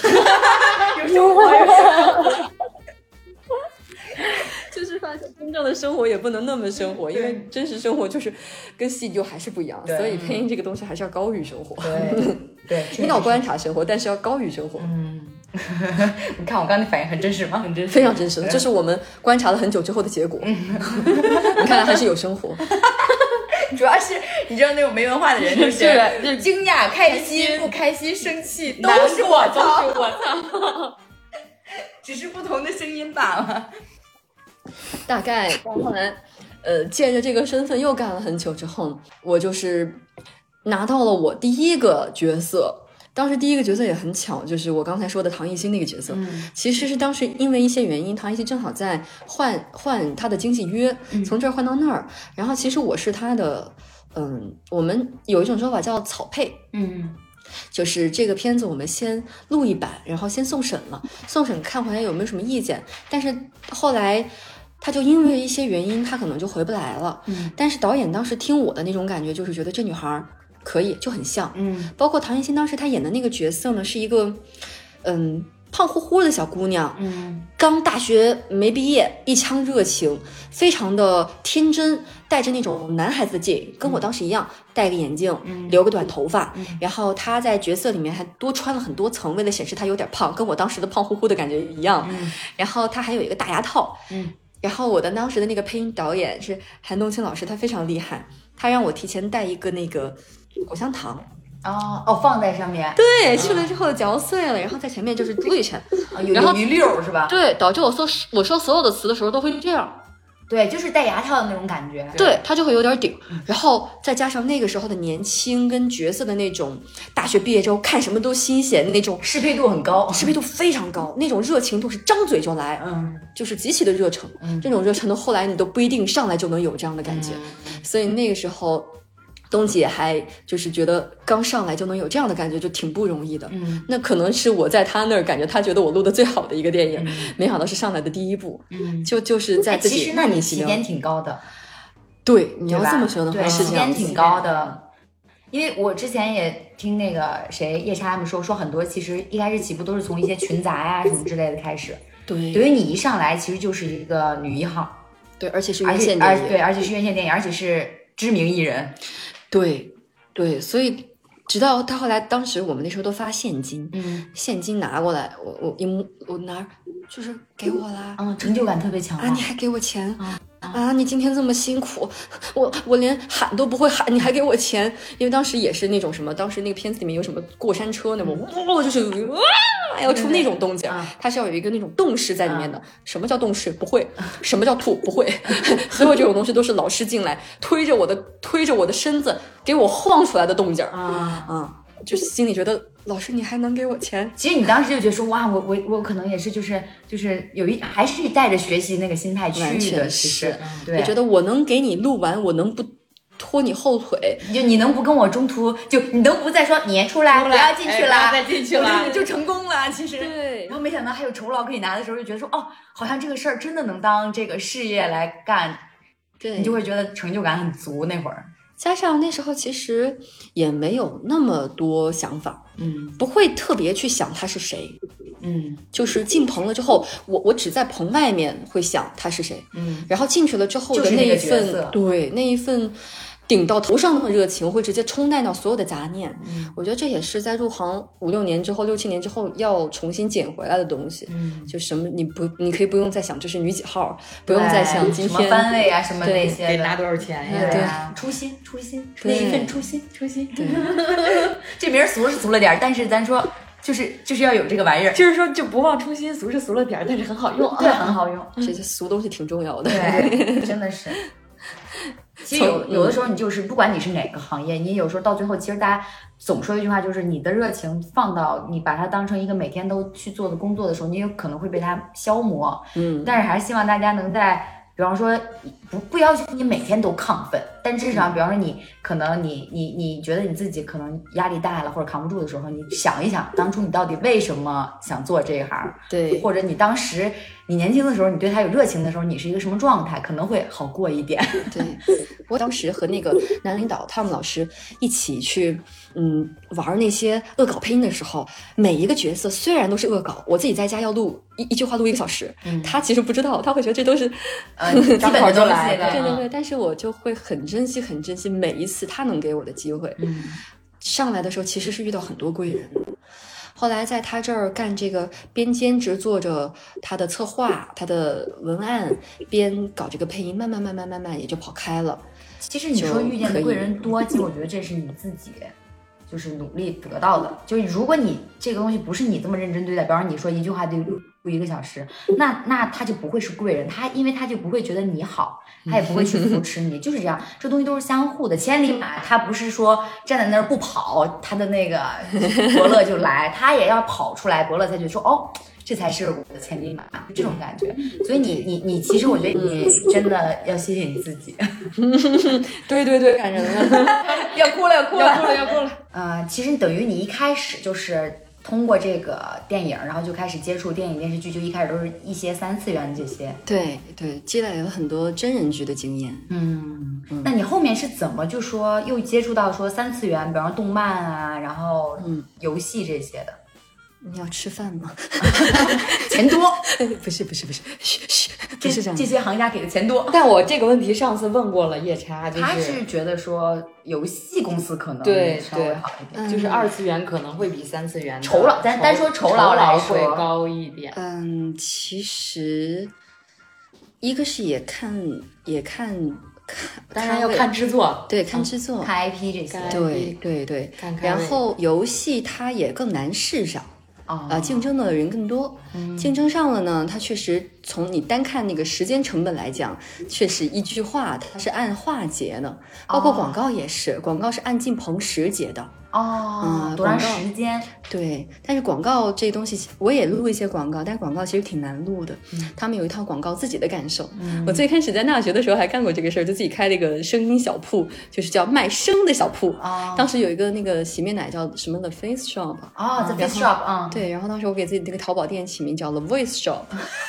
就是发现真正的生活也不能那么生活，因为真实生活就是跟戏剧还是不一样，所以配音这个东西还是要高于生活。 对， 你要观察生活，但是要高于生活。 你看我刚才那反应很真实吗？很真实， 非常真实的，这是我们观察了很久之后的结果。你看来还是有生活。 主要是你知道那种没文化的人就是惊讶、开心、不开心、生气，都是我操，只是不同的声音罢了。 大概后来，借着这个身份又干了很久之后，我就是拿到了我第一个角色。当时第一个角色也很巧，就是我刚才说的唐艺昕那个角色，其实是当时因为一些原因，唐艺昕正好在换他的经纪约，从这儿换到那儿，然后其实我是他的，我们有一种说法叫草配，就是这个片子我们先录一版，然后先送审了，送审看回来有没有什么意见，但是后来他就因为一些原因，他可能就回不来了，但是导演当时听我的那种感觉，就是觉得这女孩可以，就很像，包括唐艺昕当时她演的那个角色呢，是一个，胖乎乎的小姑娘，刚大学没毕业，一腔热情，非常的天真，带着那种男孩子的劲，跟我当时一样，戴个眼镜，留个短头发，然后她在角色里面还多穿了很多层，为了显示她有点胖，跟我当时的胖乎乎的感觉一样，然后她还有一个大牙套，然后我的当时的那个配音导演是韩冬青老师，他非常厉害，他让我提前带一个那个口香糖。 放在上面， 对，去了之后嚼碎了，然后在前面就是嘟一下， 然后有余溜是吧？ 对，导致我说所有的词的时候都会这样。 对，就是戴牙套的那种感觉。 对，它就会有点顶，然后再加上那个时候的年轻跟角色的那种大学毕业之后看什么都新鲜，那种适配度很高， 适配度非常高，那种热情度是张嘴就来，就是极其的热诚，这种热诚的后来你都不一定上来就能有这样的感觉，所以那个时候东姐还就是觉得刚上来就能有这样的感觉，就挺不容易的。那可能是我在他那儿感觉他觉得我录的最好的一个电影，没想到是上来的第一部，就是在自己其实那你莫名其妙。 起点挺高的， 对，你要对吧这么说的话对， 是这样子。 起点挺高的。因为我之前也听那个谁夜叉他们说很多其实一开始起步都是从一些群杂啊什么之类的开始， 对等于你一上来其实就是一个女一号， 对，而且是而且院线电影， 而且是院线电影，而且是知名艺人， 对对，所以直到他后来，当时我们那时候都发现金，现金拿过来，我拿就是给我啦， 成就感特别强啊，你还给我钱。啊！你今天这么辛苦，我连喊都不会喊，你还给我钱？因为当时也是那种什么，当时那个片子里面有什么过山车那种，就是哇，要出那种动静，它是要有一个那种动势在里面的。什么叫动势？不会。什么叫吐？不会。所有这种东西都是老师进来推着我的身子给我晃出来的动静就心里觉得老师你还能给我钱？ 其实你当时就觉得说哇，我可能也是就是有还是带着学习那个心态去的，其实对， 我觉得我能给你录完，我能不拖你后腿？ 你能不跟我中途你能不再说你出来不要进去了， 不要再进去了， 就成功了。其实对， 然后没想到还有酬劳可以拿的时候，就觉得说好像这个事儿真的能当这个事业来干， 对， 你就会觉得成就感很足那会儿。 加上那时候其实也没有那么多想法，不会特别去想他是谁，就是进棚了之后，我只在棚外面会想他是谁，然后进去了之后的那一份，对，那一份顶到头上的热情会直接冲淡掉所有的杂念。我觉得这也是在入行5、6年之后、6、7年之后要重新捡回来的东西。就什么你可以不用再想这是女几号，不用再想今天什么番位啊什么那些的， 给拿多少钱呀？ 对啊，初心，那一份初心。对，这名俗是俗了点，但是咱说就是要有这个玩意儿， 就是说就不忘初心，俗是俗了点，但是很好用， 对，很好用。 这些俗东西挺重要的， 对，真的是。其实有的时候你就是不管你是哪个行业，你有时候到最后，其实大家总说一句话，就是你的热情放到你把它当成一个每天都去做的工作的时候，你有可能会被它消磨。但是还是希望大家能在，比方说不要求你每天都亢奋，但至少比方说你可能你觉得你自己可能压力大了或者扛不住的时候，你想一想当初你到底为什么想做这一行， 对， 或者你当时你年轻的时候，你对他有热情的时候，你是一个什么状态，可能会好过一点。 对，我当时和那个男领导汤姆老师一起去玩那些恶搞配音的时候，每一个角色虽然都是恶搞，我自己在家要录一句话录1个小时，他其实不知道，他会觉得这都是基本的东西的， 对对对，但是我就会很珍惜每一次他能给我的机会。上来的时候其实是遇到很多贵人，后来在他这儿干这个，边兼职做着他的策划、他的文案，边搞这个配音，慢慢也就跑开了。 其实你说遇见的贵人多，其实我觉得这是你自己就是努力得到的。就是如果你这个东西不是你这么认真对待，比方说你说一句话得录1个小时，那他就不会是贵人，因为他就不会觉得你好，他也不会去扶持你，就是这样，这东西都是相互的。千里马他不是说站在那儿不跑，他的那个伯乐就来，他也要跑出来，伯乐才觉得说这才是我的千里马，这种感觉。所以你其实我觉得你真的要谢谢你自己。 对，感人了， 要哭了。其实等于你一开始就是通过这个电影，然后就开始接触电影电视剧，就一开始都是一些3次元这些。 对，积累了很多真人剧的经验。 那你后面是怎么就说又接触到说3次元，比方说动漫啊，然后游戏这些的？ 你要吃饭吗？ 钱多？ 不是，嘘， 不是这样。这些行家给的钱多。 但我这个问题上次问过了夜叉， 他是觉得说游戏公司可能对稍微好一点， 就是2次元可能会比3次元酬劳，单说酬劳来说会高一点。 其实一个是也看， 当然要看制作， 对，看制作， 看 IP 这些， 对。然后游戏它也更难试上。竞争的人更多，竞争上了呢，它确实从你单看那个时间成本来讲，确实一句话它是按话结的，包括广告也是，广告是按进棚时结的。 多长广告时间？ 对，但是广告这东西我也录一些广告，但是广告其实挺难录的。他们有一套广告自己的感受。我最开始在大学的时候还干过这个事儿，就自己开了一个声音小铺，就是叫卖声的小铺。当时有一个那个洗面奶叫什么 The Face Shop。 The Face Shop。 对，然后当时我给自己那个淘宝店起名叫 The Voice Shop。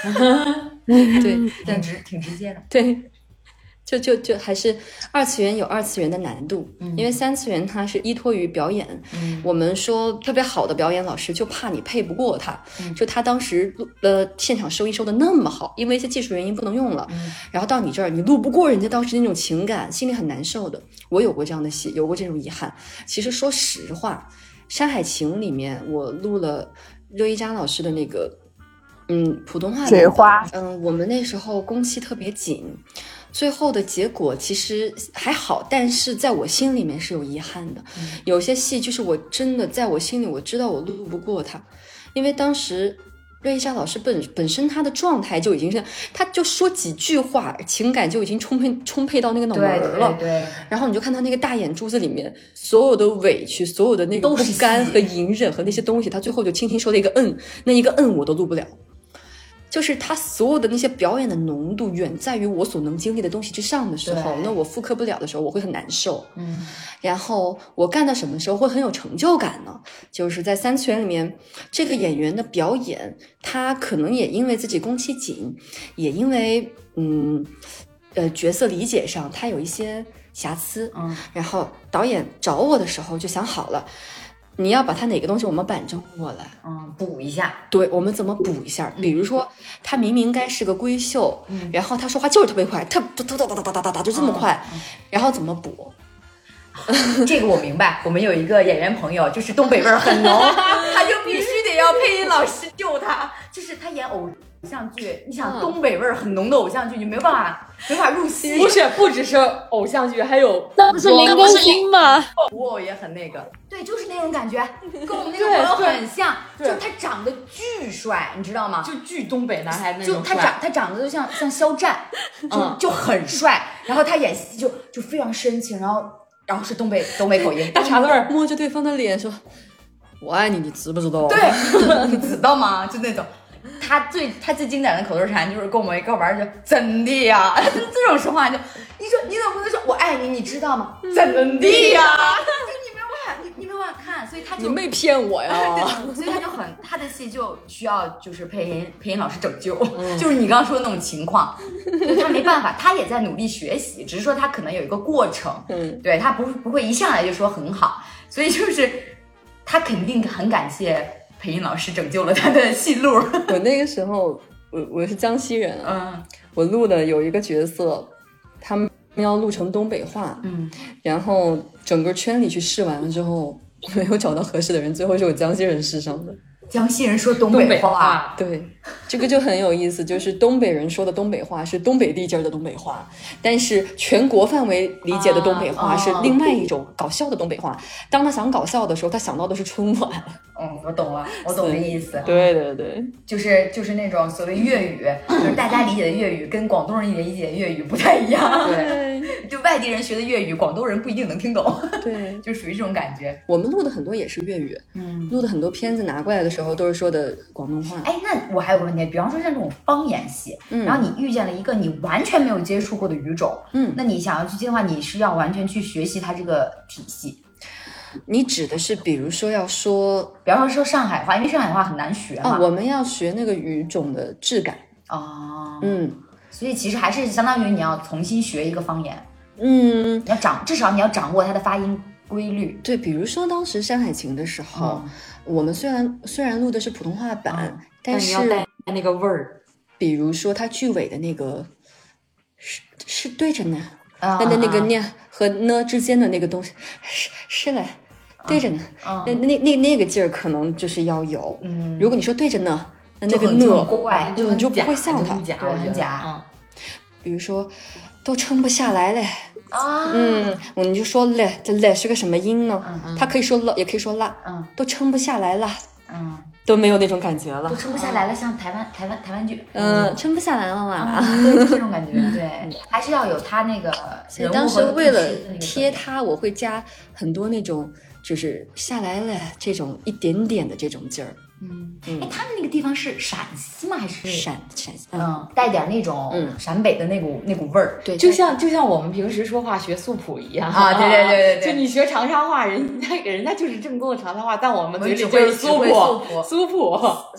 对， 挺直接的。 对。就还是二次元有二次元的难度，因为三次元它是依托于表演。我们说特别好的表演老师就怕你配不过他，就他当时现场收音收的那么好，因为一些技术原因不能用了，然后到你这儿你录不过人家当时那种情感，心里很难受的。我有过这样的戏，有过这种遗憾。其实说实话，《山海情》里面我录了热依扎老师的那个普通话水花。 我们那时候工期特别紧。最后的结果其实还好，但是在我心里面是有遗憾的。有些戏就是我真的在我心里我知道我录不过他，因为当时瑞依扎老师本身他的状态就已经是，他就说几句话情感就已经充沛到那个脑门了。 对， 然后你就看他那个大眼珠子里面所有的委屈，所有的那个不甘和隐忍和那些东西，他最后就轻轻说了一个那一个我都录不了。就是他所有的那些表演的浓度远在于我所能经历的东西之上的时候，那我复刻不了的时候我会很难受。然后我干到什么时候会很有成就感呢？就是在三次元里面，这个演员的表演他可能也因为自己工期紧，也因为角色理解上他有一些瑕疵。然后导演找我的时候就想好了，你要把他哪个东西我们板正过来， 补一下。 对，我们怎么补一下？比如说，他明明该是个闺秀，然后他说话就是特别快，他就这么快，然后怎么补？ 这个我明白。我们有一个演员朋友，就是东北味儿很浓，他就必须得要配音老师救他。就是他演偶像剧，你想东北味儿很浓的偶像剧，你没办法入戏。 不只是偶像剧，还有那不是林更新吗？ 古偶也很那个，对，就是那种感觉，跟我们那个朋友很像，就是他长得巨帅，你知道吗？ 就巨东北男孩那就种他长得就像肖战，就很帅，然后他演戏就非常深情，然后是东北口音， 大碴子味， 摸着对方的脸说：“我爱你，你知不知道？” 对，你知道吗？就那种。他最经典的口头禅就是跟我们一块玩就真的呀，这种说话就你怎么不能说我爱你，你知道吗？真的呀，你没办法看，所以他就你没骗我呀， 所以他的戏就需要就是配音老师拯救，就是你刚刚说的那种情况，就他没办法，他也在努力学习，只是说他可能有一个过程，对他不会一上来就说很好，所以就是他肯定很感谢。配音老师拯救了他的戏路。 我那个时候，我是江西人，我录的有一个角色，他们要录成东北话，然后整个圈里去试完了之后，没有找到合适的人，最后是我江西人试上的。 江西人说东北话， 对，这个就很有意思，就是东北人说的东北话是东北地界的东北话，但是全国范围理解的东北话是另外一种搞笑的东北话。当他想搞笑的时候，他想到的是春晚。 我懂了，我懂这意思。 对对对， 就是那种所谓粤语，就是大家理解的粤语跟广东人理解的粤语不太一样。 对， 就外地人学的粤语，广东人不一定能听懂。 对， 就属于这种感觉。 我们录的很多也是粤语，录的很多片子拿过来的时候都是说的广东话。 哎，那我还有个问题，比方说像这种方言戏，然后你遇见了一个你完全没有接触过的语种，那你想要去接的话，你是要完全去学习它这个体系。 你指的是比如说要说， 比方说上海话，因为上海话很难学嘛， 我们要学那个语种的质感。 所以其实还是相当于你要重新学一个方言。你要至少你要掌握它的发音规律。 对，比如说当时《山海情》的时候，我们虽然录的是普通话版，但是你要带那个味儿。 比如说它句尾的那个是对着呢，那个呢和呢之间的那个东西是嘞，对着呢，那个劲儿可能就是要有。如果你说对着呢，那个呢怪， 你就不会像它， 很假。 比如说都撑不下来嘞。你就说嘞，这嘞是个什么音呢？它可以说了，也可以说啦。都撑不下来了。都没有那种感觉了， 都撑不下来了，像台湾剧。 撑不下来了啦。 对，就这种感觉。对，还是要有他那个人物和当时为了贴他，我会加很多那种就是下来了这种一点点的这种劲儿。 哎，他们那个地方是陕西吗？还是陕西？ 带点那种陕北的那股味儿。 对， 就像我们平时说话学素朴一样啊，对， 就你学长沙话，人家就是正宗的长沙话，但我们嘴里就就是素朴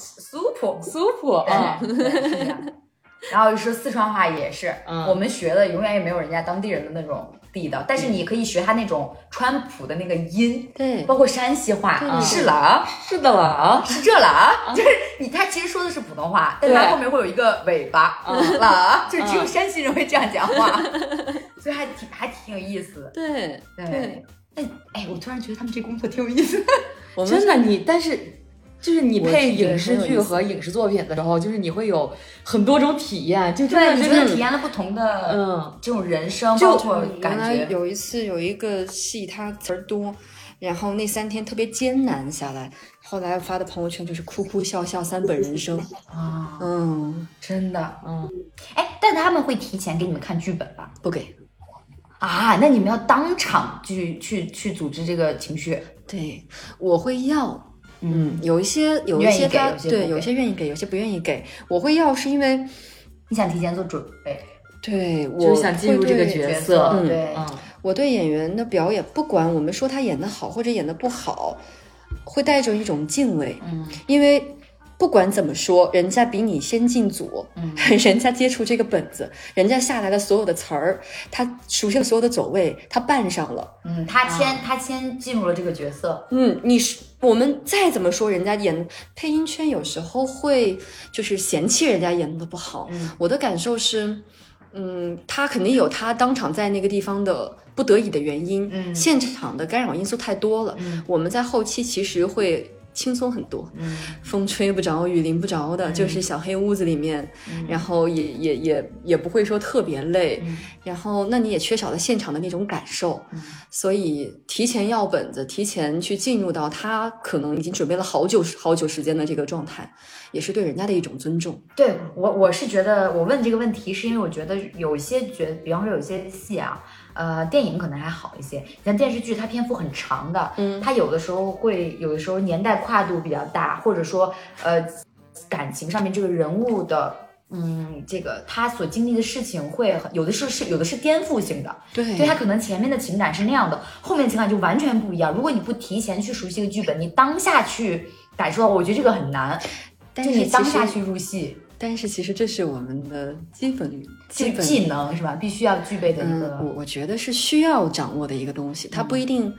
啊。然后说四川话也是，我们学的永远也没有人家当地人的那种地道，但是你可以学他那种川普的那个音， 对， 包括山西话，是了， 是的了， 是这了，就是他其实说的是普通话，但他后面会有一个尾巴，了，就只有山西人会这样讲话，所以还挺有意思的。 对。 哎，我突然觉得他们这工作挺有意思的， 真的但是。就是你配影视剧和影视作品的时候，就是你会有很多种体验，就真的你觉得体验了不同的这种人生，包括感觉。 有一次有一个戏，它词儿多，然后那3天特别艰难下来，后来发的朋友圈就是哭哭笑笑3本人生啊，真的，哎，但他们会提前给你们看剧本吧？ 不给啊，那你们要当场去组织这个情绪？ 对，我会要。有一些他对，有些愿意给，有些不愿意给。我会要是因为你想提前做准备， 对，我就是想进入这个角色。 对， 我对演员的表演，不管我们说他演得好或者演得不好，会带着一种敬畏。因为不管怎么说，人家比你先进组，人家接触这个本子，人家下来的所有的词儿，他熟悉了所有的走位，他扮上了， 他先进入了这个角色， 我们再怎么说，人家演配音圈有时候会就是嫌弃人家演得不好，我的感受是，他肯定有他当场在那个地方的不得已的原因，现场的干扰因素太多了，我们在后期其实会轻松很多，风吹不着，雨淋不着的，就是小黑屋子里面，然后也不会说特别累，然后那你也缺少了现场的那种感受，所以提前要本子，提前去进入到他可能已经准备了好久时间的这个状态，也是对人家的一种尊重。对， 我是觉得我问这个问题是因为我觉得有一些比方说有一些戏啊。电影可能还好一些，像电视剧它篇幅很长的，它有的时候年代跨度比较大，或者说感情上面这个人物的这个他所经历的事情会有的是颠覆性的，对，他可能前面的情感是那样的，后面的情感就完全不一样。如果你不提前去熟悉一个剧本，你当下去感受到，我觉得这个很难，就你当下去入戏。 但是其实这是我们的基本技能是吧？必须要具备的一个， 我觉得是需要掌握的一个东西。它不一定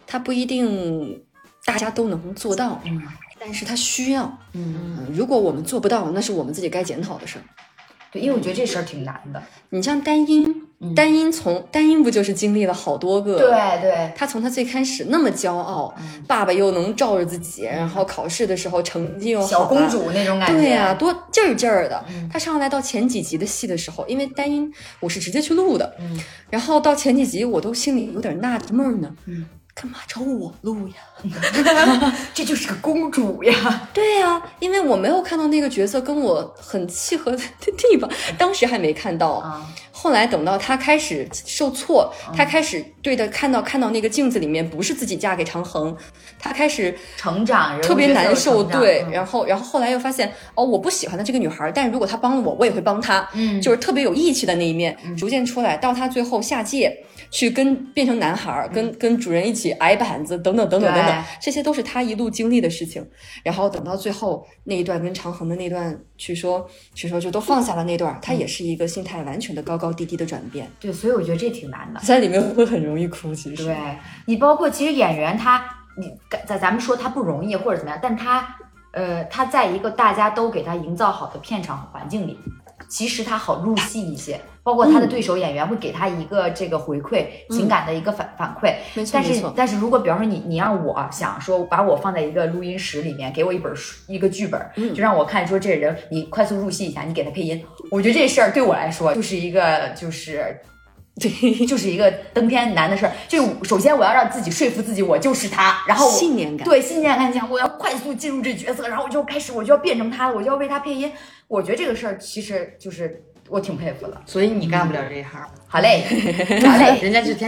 大家都能做到，但是它需要。如果我们做不到，那是我们自己该检讨的事儿。 对，因为我觉得这事儿挺难的。 你像单音不就是经历了好多个？ 对， 他从他最开始那么骄傲，爸爸又能罩着自己，然后考试的时候成绩又好， 小公主那种感觉， 对呀，多劲儿的。他上来到前几集的戏的时候，因为单音我是直接去录的，然后到前几集我都心里有点纳闷呢，干嘛找我录呀？ 这就是个公主呀！ 对呀，因为我没有看到那个角色跟我很契合的地方，当时还没看到。后来等到他开始受挫，他开始看到那个镜子里面不是自己嫁给长恒，他开始成长， 特别难受。对，然后后来又发现我不喜欢的这个女孩，但是如果她帮了我，我也会帮她。就是特别有义气的那一面逐渐出来，到他最后下界。去变成男孩，跟主人一起挨板子，等等，这些都是他一路经历的事情。然后等到最后那一段跟长恒的那段，据说就都放下了那段，他也是一个心态完全的高高低低的转变。 对，所以我觉得这挺难的， 在里面会很容易哭。其实， 对你包括其实演员咱们说他不容易或者怎么样，但他在一个大家都给他营造好的片场环境里。其实他好入戏一些，包括他的对手演员会给他一个这个回馈，情感的一个反馈。 没错， 但是如果比方说你让我想说把我放在一个录音室里面，给我一个剧本，就让我看说这人你快速入戏一下，你给他配音，我觉得这事儿对我来说就是一个就是一个登天难的事儿。就首先我要让自己说服自己我就是他，然后信念感， 对信念感讲，我要快速进入这角色，然后我就要变成他了，我就要为他配音。我觉得这个事儿其实就是我挺佩服的， 所以你干不了这一行。 好嘞， 人家是天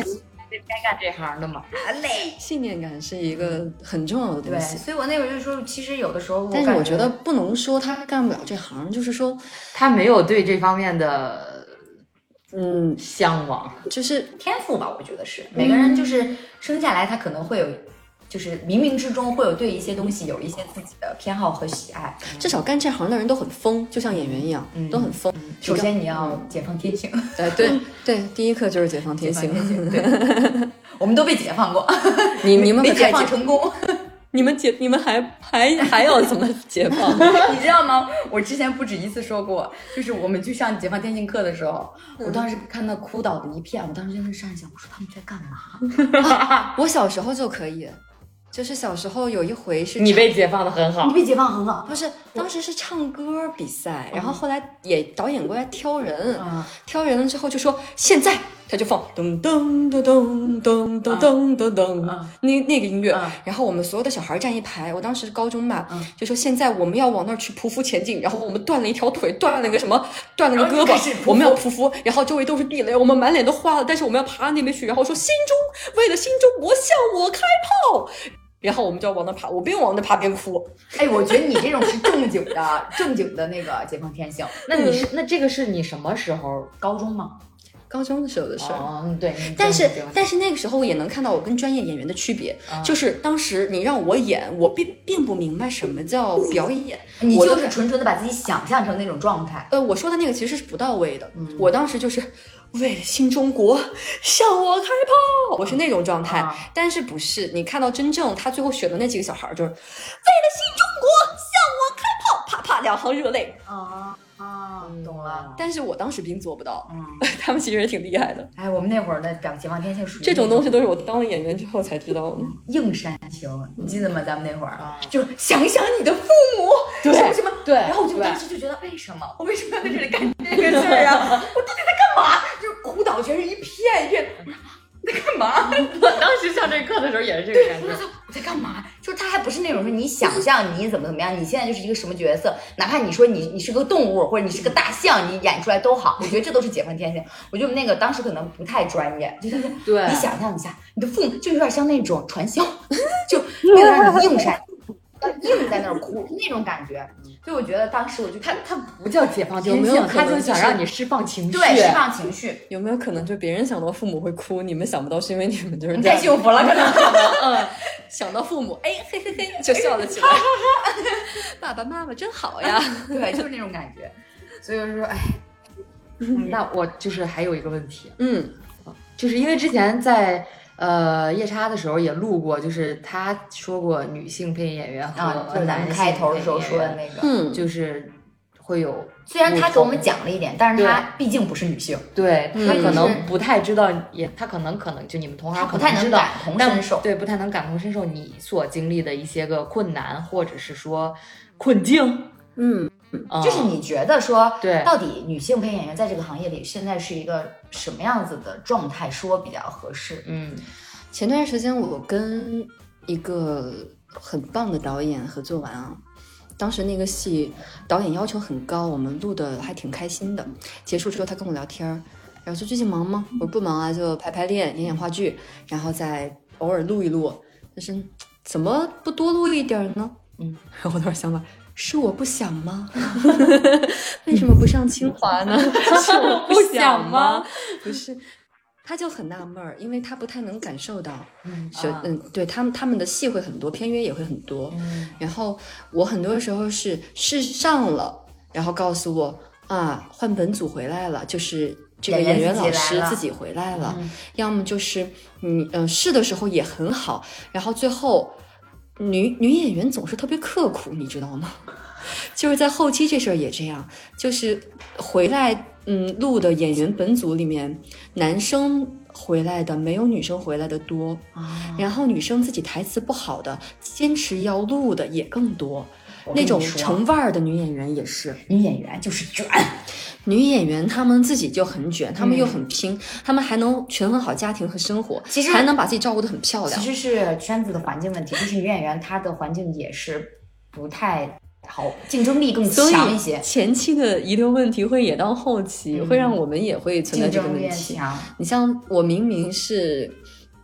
该干这行的嘛。 累。 信念感是一个很重要的东对， 西。 所以我那会儿就说，其实有的时候， 但是我觉得不能说他干不了这行，就是说他没有对这方面的向往， 就是天赋吧，我觉得是每个人就是生下来他可能会有。就是冥冥之中会有对一些东西有一些自己的偏好和喜爱， 至少干这行的人都很疯，就像演员一样，都很疯。 首先你要解放天性， 对，第一课就是解放天性。 对，我们都被解放过， 你们没解放成功。 你们还要怎么解放？ 你知道吗？我之前不止一次说过，就是我们去上解放天性课的时候，我当时看到哭倒的一片，我当时就在山想，我说他们在干嘛？ 我小时候就可以。就是小时候有一回是你被解放的很好， 你被解放很好， 不是当时是唱歌比赛，然后后来导演过来挑人，挑人了之后就说现在他就放噔噔噔噔噔噔噔噔噔那个音乐，然后我们所有的小孩站一排，我当时高中嘛，就说现在我们要往那儿去匍匐前进，然后我们断了一条腿，断了个什么，断了个胳膊，我们要匍匐，然后周围都是地雷，我们满脸都花了，但是我们要爬到那边去，然后说为了新中国向我开炮。然后我们就要往那爬，我边往那爬边哭。 哎，我觉得你这种是正经的那个解放天性。 那你是那这个是你什么时候？ 高中吗？ 高中的时候的事儿。 对。 但是那个时候我也能看到我跟专业演员的区别，就是当时你让我演，我并不明白什么叫表演， 你就是纯纯的把自己想象成那种状态。 我说的那个其实是不到位的，我当时就是为了新中国向我开炮，我是那种状态，但是不是你看到真正他最后选的那几个小孩就是为了新中国向我开炮，啪啪两行热泪懂了。 但是我当时并做不到，他们其实也挺厉害的。 哎，我们那会儿的解放天性属于这种东西都是我当了演员之后才知道的。 硬煽情，你记得吗？咱们那会儿就想想你的父母， 对什么， 对， 然后我就当时就觉得为什么我为什么要在这里干这个事儿啊？我到底在干嘛？就是哭倒全是一片一片。你在干嘛？ 我当时上这课的时候也是这个感觉。 我在干嘛？就是他还不是那种说你想象你怎么样，你现在就是一个什么角色，哪怕你说你是个动物或者你是个大象，你演出来都好，我觉得这都是解放天性。我觉得那个当时可能不太专业，就是对， 你想象一下，你的父母就有点像那种传销，就为了让你硬煽。硬在那儿哭那种感觉，所以我觉得当时我就他不叫解放天性，他就想让你释放情绪， 对，释放情绪。 有没有可能就别人想到父母会哭，你们想不到是因为你们就是太幸福了，可能想到父母，哎嘿嘿嘿就笑了起来，爸爸妈妈真好呀， 对，就是那种感觉。所以说，哎， 那我就是还有一个问题，就是因为之前在。夜叉的时候也录过，就是他说过女性配音演员和男性开头的时候说的那个， 就是会有。 虽然他给我们讲了一点，但是他毕竟不是女性， 对他可能不太知道，他可能就你们同行不太能感同身受， 对，不太能感同身受你所经历的一些个困难或者是说困境， 就是你觉得说， 对， 到底女性配音演员在这个行业里现在是一个什么样子的状态说比较合适？ 前段时间我跟一个很棒的导演合作完啊，当时那个戏导演要求很高，我们录的还挺开心的。结束之后他跟我聊天，然后说最近忙吗？我说不忙啊，就排练演话剧，然后再偶尔录一录。但是怎么不多录一点呢？然后我当时想法。是我不想吗？为什么不上清华呢？是我不想吗？不是，他就很纳闷儿，因为他不太能感受到，对他们的戏会很多，片约也会很多，然后我很多时候是上了，然后告诉我换本组回来了，就是这个演员老师自己回来了，要么就是试的时候也很好，然后最后。女演员总是特别刻苦，你知道吗？就是在后期这事儿也这样，就是回来录的演员本组里面，男生回来的没有女生回来的多，然后女生自己台词不好的，坚持要录的也更多。那种成腕儿的女演员也是， 女演员就是卷。 女演员她们自己就很卷，她们又很拼，她们还能权衡好家庭和生活， 其实还能把自己照顾得很漂亮。 其实是圈子的环境问题，就是女演员她的环境也是不太好，竞争力更强一些。 前期的遗留问题会演到后期，会让我们也会存在这个问题。 竞争力强。 你像我明明是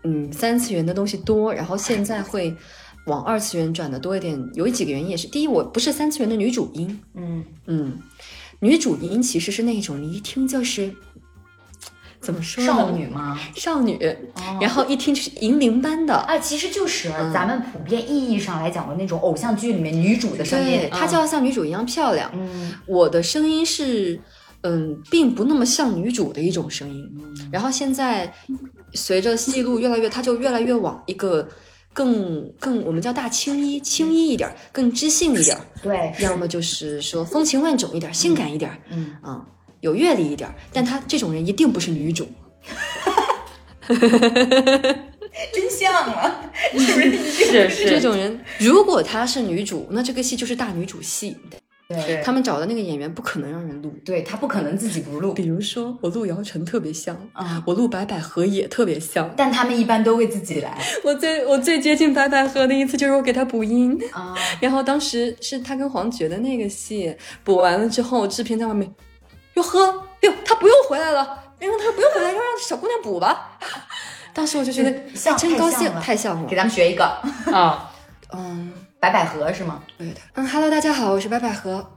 3次元的东西多，然后现在会往2次元转的多一点。有几个原因也是，第一，我不是3次元的女主音，女主音其实是那种你一听就是怎么说呢， 少女吗？ 少女，然后一听就是银铃般的。 其实就是咱们普遍意义上来讲的那种偶像剧里面女主的声音， 对，她就要像女主一样漂亮。我的声音是并不那么像女主的一种声音。然后现在随着戏路越来越，它就越来越往一个更我们叫大轻一一点，更知性一点。 对， 要么就是说风情万种一点，性感一点，有阅历一点。但她这种人一定不是女主。 真像啊！ 是这种人，如果她是女主，那这个戏就是大女主戏。 对， 他们找的那个演员不可能让人录， 对他不可能自己不录。 比如说我录姚晨特别像，我录白百合也特别像， 但他们一般都会自己来。 我最接近白百合的一次就是我给他补音然后当时是他跟黄觉的那个戏补完了之后，制片在外面哟他不用回来了，因为他说不用回来，要让小姑娘补吧。当时我就觉得真高兴，太像了。 给咱们学一个白百合是吗？ 对的。Hello， 大家好，我是白百合。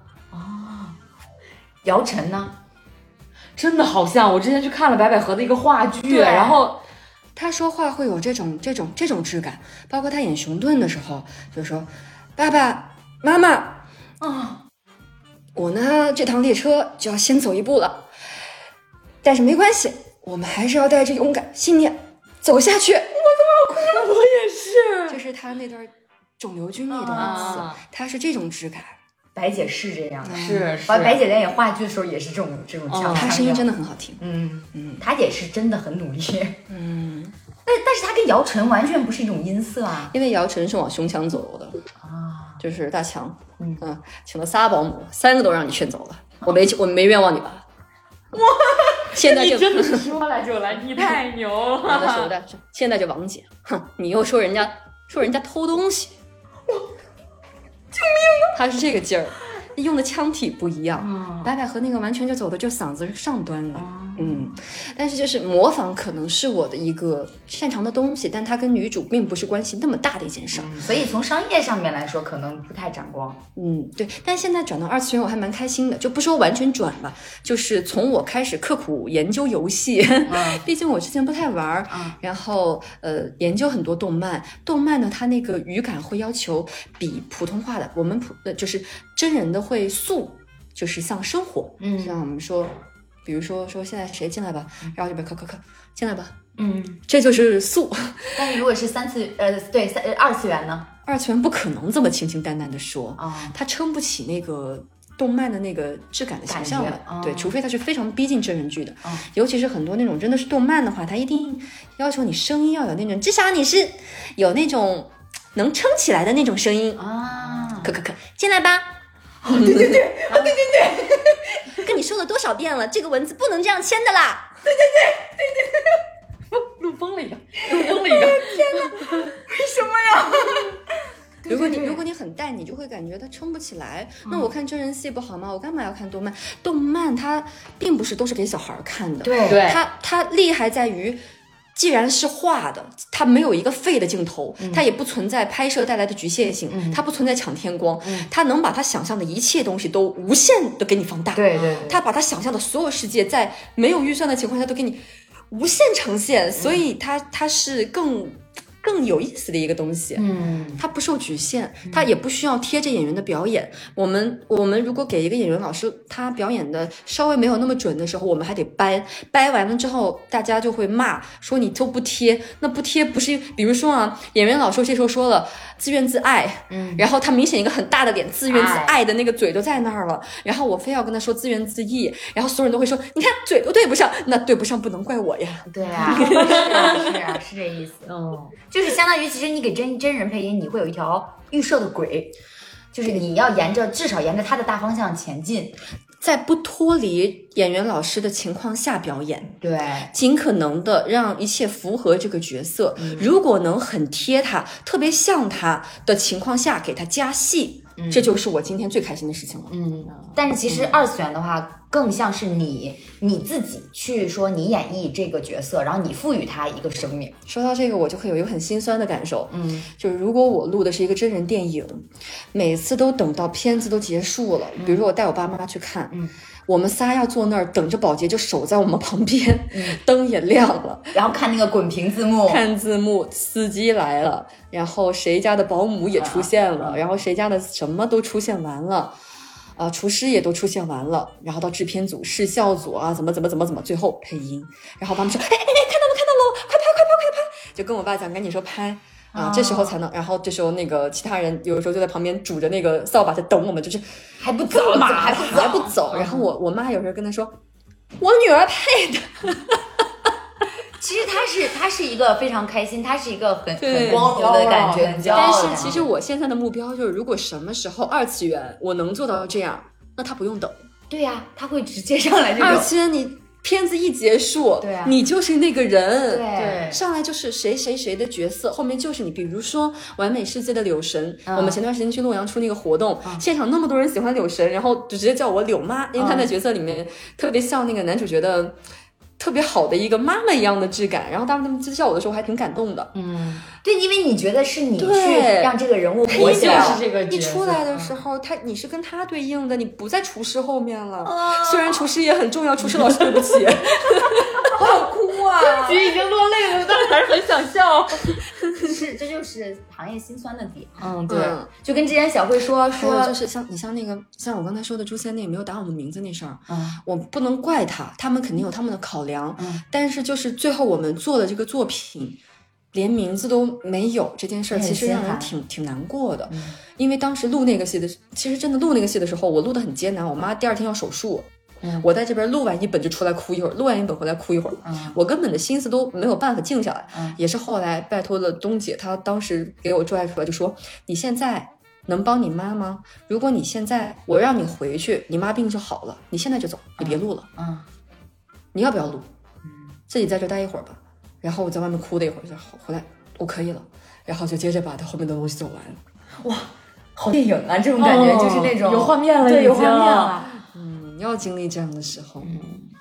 姚晨呢？ 真的好像，我之前去看了白百合的一个话剧，然后他说话会有这种质感，包括他演熊顿的时候，就说爸爸妈妈我呢这趟列车就要先走一步了，但是没关系，我们还是要带着勇敢信念走下去。我怎么哭了？我也是。就是他那段肿瘤君那段词，他是这种质感。 白姐是这样的， 是。 白姐在演话剧的时候也是这种腔， 她声音真的很好听。 她也是真的很努力。但是她跟姚晨完全不是一种音色啊， 因为姚晨是往胸腔走的就是大强。请了仨保姆，3个都让你劝走了，我没冤枉你吧？哇！现在就你真的是说来就来，你太牛了！ 现在就王姐，你又说人家偷东西。救命！他是这个劲儿，用的腔体不一样。白百合那个完全就走的就嗓子上端了。但是就是模仿可能是我的一个擅长的东西，但它跟女主并不是关系那么大的一件事。 所以从商业上面来说，可能不太沾光。 对。但现在转到2次元，我还蛮开心的，就不说完全转吧，就是从我开始刻苦研究游戏，毕竟我之前不太玩，然后研究很多动漫呢，它那个语感会要求比普通话的我们就是真人的会素，就是像生活，像我们说。比如说现在谁进来吧，然后就可进来吧，这就是素。 但是如果是2次元呢 ？2次元不可能这么清清淡淡的说，它撑不起那个动漫的那个质感的形象的，对，除非它是非常逼近真人剧的，尤其是很多那种真的是动漫的话，它一定要求你声音要有那种，至少你是有那种能撑起来的那种声音可进来吧。对，跟你说了多少遍了，这个文字不能这样签的啦。对， 录崩了一个。天哪， 为什么呀？ 如果你很淡，你就会感觉它撑不起来。那我看真人戏不好吗？我干嘛要看动漫？动漫它并不是都是给小孩看的。 对， 它厉害在于。既然是画的，它没有一个废的镜头，它也不存在拍摄带来的局限性，它不存在抢天光，它能把它想象的一切东西都无限的给你放大。 对， 它把它想象的所有世界，在没有预算的情况下都给你无限呈现，所以它是更有意思的一个东西。它不受局限，它也不需要贴着演员的表演。我们如果给一个演员老师他表演的稍微没有那么准的时候，我们还得掰完了之后，大家就会骂说你都不贴。那不贴不是，比如说演员老师这时候说了自怨自艾，然后他明显一个很大的脸，自怨自艾的那个嘴都在那儿了，然后我非要跟他说自怨自艾，然后所有人都会说你看嘴都对不上，那对不上不能怪我呀。 对啊，是这意思。就是相当于其实你给真人配音，你会有一条预设的轨，就是你要至少沿着他的大方向前进， 在不脱离演员老师的情况下表演， 对， 尽可能的让一切符合这个角色。如果能很贴他，特别像他的情况下给他加戏，这就是我今天最开心的事情了。 但是其实2次元的话， 更像是你自己去说你演绎这个角色，然后你赋予他一个生命。 说到这个，我就会有一个很心酸的感受，就是如果我录的是一个真人电影，每次都等到片子都结束了，比如说我带我爸妈去看，我们仨要坐那儿等着保洁就守在我们旁边，灯也亮了， 然后看那个滚屏字幕， 看字幕，司机来了，然后谁家的保姆也出现了，然后谁家的什么都出现完了。厨师也都出现完了，然后到制片组、视效组啊，怎么，最后配音。然后爸妈说：“哎，看到了，快拍！”就跟我爸讲，赶紧说拍啊，这时候才能。然后这时候那个其他人有的时候就在旁边拄着那个扫把在等我们，就是还不走嘛， 还不走。然后我妈有时候跟他说：“我女儿配的。” 其实他是一个非常开心，他是一个很光荣的感觉，很骄傲。 但是其实我现在的目标就是，如果什么时候2次元我能做到这样，那他不用等。 对呀，他会直接上来这种。 2次元你片子一结束， 对啊， 你就是那个人， 对， 上来就是谁的角色，后面就是你。比如说《完美世界》的柳神，我们前段时间去洛阳出那个活动，现场那么多人喜欢柳神，然后就直接叫我柳妈，因为他在角色里面特别像那个男主角的。特别好的一个妈妈一样的质感，然后他们叫我的时候还挺感动的。 对，因为你觉得是你去让这个人物活起来，是这个你出来的时候，你是跟他对应的，你不在厨师后面了。虽然厨师也很重要，厨师老师对不起， 我想哭啊！ 其实已经落泪了，但还是很想笑。 这就是行业心酸的点。对，就跟之前小慧说， 就是像我刚才说的诛仙那个没有打我们名字那事儿，我不能怪他们肯定有他们的考量，但是就是最后我们做的这个作品。连名字都没有这件事儿，其实让人挺难过的。因为当时录那个戏的，其实真的录那个戏的时候，我录得很艰难。我妈第2天要手术，我在这边录完一本就出来哭一会儿，录完一本回来哭一会儿，我根本的心思都没有办法静下来。也是后来拜托了东姐，她当时给我拽出来就说：“你现在能帮你妈吗？如果你现在我让你回去，你妈病就好了，你现在就走，你别录了。你要不要录？自己在这待一会儿吧。”然后我在外面哭了一会儿，就回来我可以了，然后就接着把他后面的东西做完。 哇，好电影啊！这种感觉就是那种有画面了， 对，有画面了。 要经历这样的时候。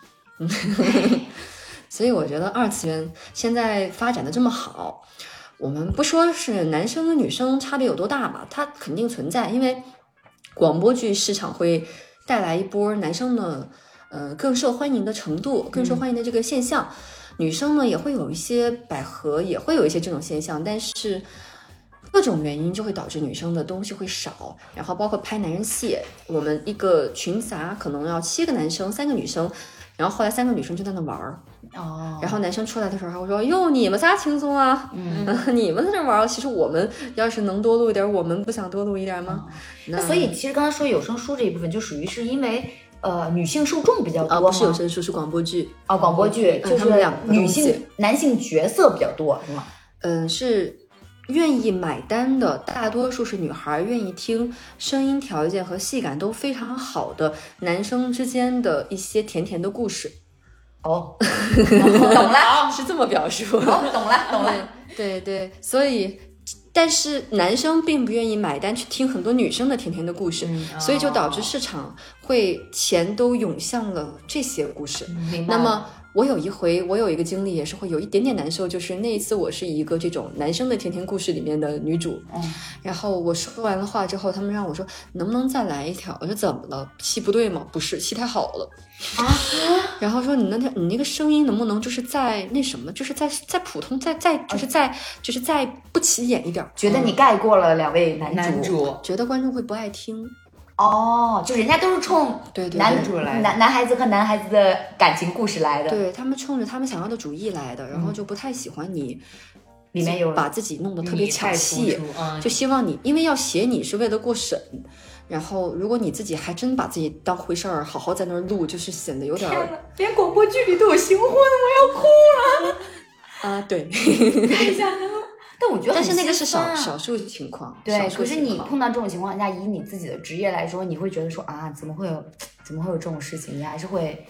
所以我觉得2次元现在发展的这么好，我们不说是男生跟女生差别有多大吧，它肯定存在，因为广播剧市场会带来一波男生的更受欢迎的程度，更受欢迎的这个现象。女生呢也会有一些百合，也会有一些这种现象，但是各种原因就会导致女生的东西会少。然后包括拍男人戏，我们一个群杂可能要7个男生3个女生，然后后来3个女生就在那玩儿。然后男生出来的时候还会说：“哟，你们仨轻松啊，你们在这玩儿。”其实我们要是能多录一点，我们不想多录一点吗？ 那所以其实刚才说有声书这一部分，就属于是因为。女性受众比较多不是有声书，是广播剧。 广播剧就是女性、男性角色比较多，是吗？ 是愿意买单的，大多数是女孩愿意听声音条件和戏感都非常好的男生之间的一些甜甜的故事。 懂了， 是这么表述。 懂了。 对，所以。但是男生并不愿意买单去听很多女生的甜甜的故事，所以就导致市场会钱都涌向了这些故事。那么我有一个经历也是会有一点点难受，就是那一次我是一个这种男生的甜甜故事里面的女主，然后我说完了话之后，他们让我说能不能再来一条，我说怎么了，戏不对吗？不是，戏太好了。然后说你那个声音能不能就是再那什么，就是再普通，再就是再不起眼一点， 觉得你盖过了2位男主， 觉得观众会不爱听。 就人家都是冲男主来，男孩子和男孩子的感情故事来的， 对，他们冲着他们想要的主意来的，然后就不太喜欢你里面有把自己弄得特别抢戏，就希望你因为要写你是为了过审。然后如果你自己还真把自己当回事儿，好好在那儿录，就是显得有点连广播剧里都有新婚，我要哭了。 对， 太吓人了。但我觉得但是那个是少数情况。 对，可是你碰到这种情况下，以你自己的职业来说，你会觉得说怎么会有这种事情？你还是会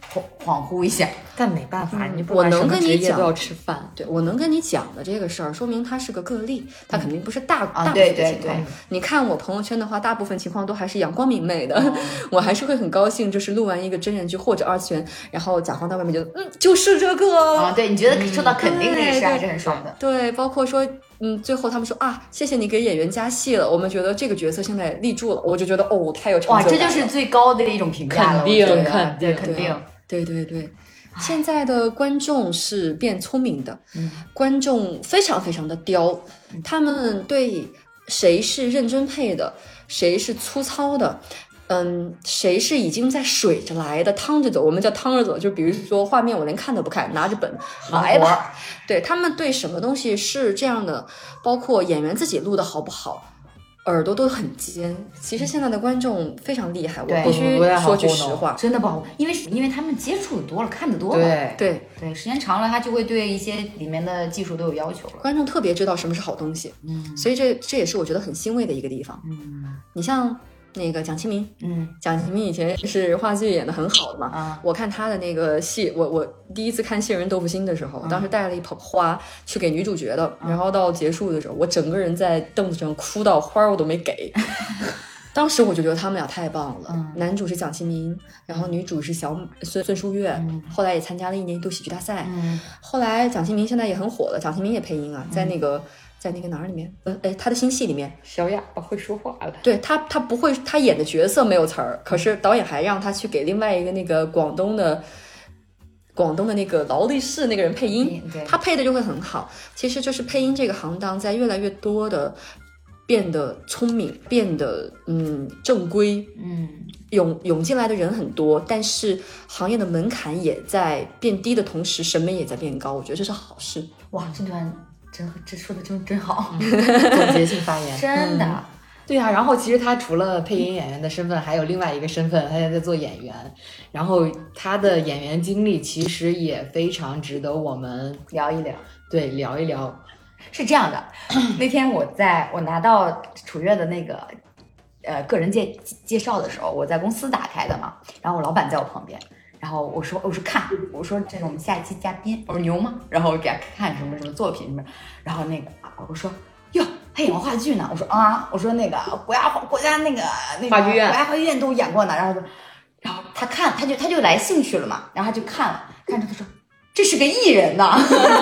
恍惚一下。 但没办法，你不我管什么能跟你讲职业都要吃饭。 对，我能跟你讲的这个事儿，说明它是个个例，它肯定不是大部分对的情况。 对你看我朋友圈的话，大部分情况都还是阳光明媚的，我还是会很高兴，就是录完一个真人剧或者二次元，然后甲方在外面觉得就是这个啊，对，你觉得受到肯定这个事还是很爽的。 对，包括说最后他们说啊，谢谢你给演员加戏了，我们觉得这个角色现在立住了，我就觉得哦，太有成就哇， 感了。 这就是最高的一种评价了， 肯定我觉得肯定对肯定。 对对对，现在的观众是变聪明的，观众非常非常的刁，他们对谁是认真配的，谁是粗糙的。谁是已经在水着来的，趟着走，我们叫趟着走，就比如说画面我连看都不看，拿着本来吧。对，他们对什么东西是这样的，包括演员自己录的好不好，耳朵都很尖。其实现在的观众非常厉害，我必须说句实话， 真的不好，因为他们接触的多了，看的多了， 对， 时间长了，他就会对一些里面的技术都有要求了。 观众特别知道什么是好东西，所以这也是我觉得很欣慰的一个地方。你像那个蒋奇明，蒋奇明以前是话剧演的很好的嘛，我看他的那个戏，我第一次看《杏仁豆腐心》的时候，当时带了一捧花去给女主角的，然后到结束的时候，我整个人在凳子上哭到花我都没给。当时我就觉得他们俩太棒了，男主是蒋奇明，然后女主是孙淑月，后来也参加了1年1度喜剧大赛，后来蒋奇明现在也很火了，蒋奇明也配音啊，在那个哪儿里面？他的新戏里面， 小哑巴会说话了。 对他不会，他演的角色没有词儿，可是导演还让他去给另外一个那个广东的那个劳力士那个人配音，他配的就会很好。其实就是配音这个行当，在越来越多的变得聪明，变得正规，涌进来的人很多，但是行业的门槛也在变低的同时，审美也在变高，我觉得这是好事。 哇，这说的真好， 总结性发言， 真的。 对啊，然后其实他除了配音演员的身份，还有另外一个身份，他也在做演员。然后他的演员经历其实也非常值得我们聊一聊。 对，聊一聊。 是这样的，那天我拿到楚月的那个个人介绍的时候，我在公司打开的嘛，然后我老板在我旁边。然后我说看，我说这是我们下一期嘉宾，我说牛吗？然后我给他看什么作品什么，然后那个我说哟，还演过话剧呢。我说我说那个国家那个话剧院， 国家话剧院都演过呢。然后他看他就来兴趣了嘛，然后他就看着他说这是个艺人呐。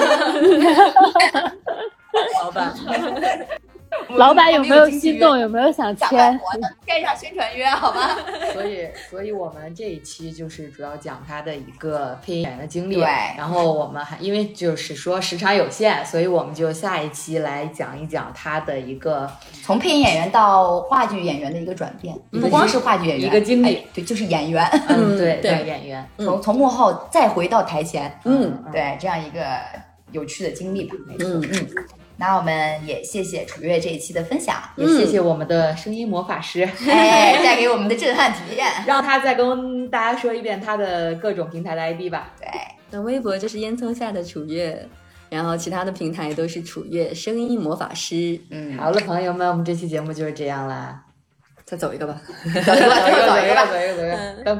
老板有没有心动？有没有想签？ 签一下宣传约，好吧？ 所以我们这一期就是主要讲他的一个配音演员的经历。 对， 然后我们还因为就是说时长有限，所以我们就下一期来讲一讲他的一个从配音演员到话剧演员的一个转变，不光是话剧演员一个经历， 对，就是演员， 对演员， 从幕后再回到台前，对，这样一个有趣的经历吧，没错，那我们也谢谢楚月这一期的分享， 也谢谢我们的声音魔法师， 带给我们的震撼体验。 让他再跟大家说一遍他的各种平台的 ID 吧。 对， 那微博就是烟囱下的楚月，然后其他的平台都是楚月声音魔法师。 好了，朋友们，我们这期节目就是这样啦， 再走一个吧， 走一个，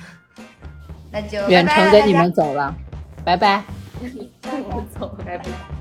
那就远程跟你们走了，拜拜。 拜拜。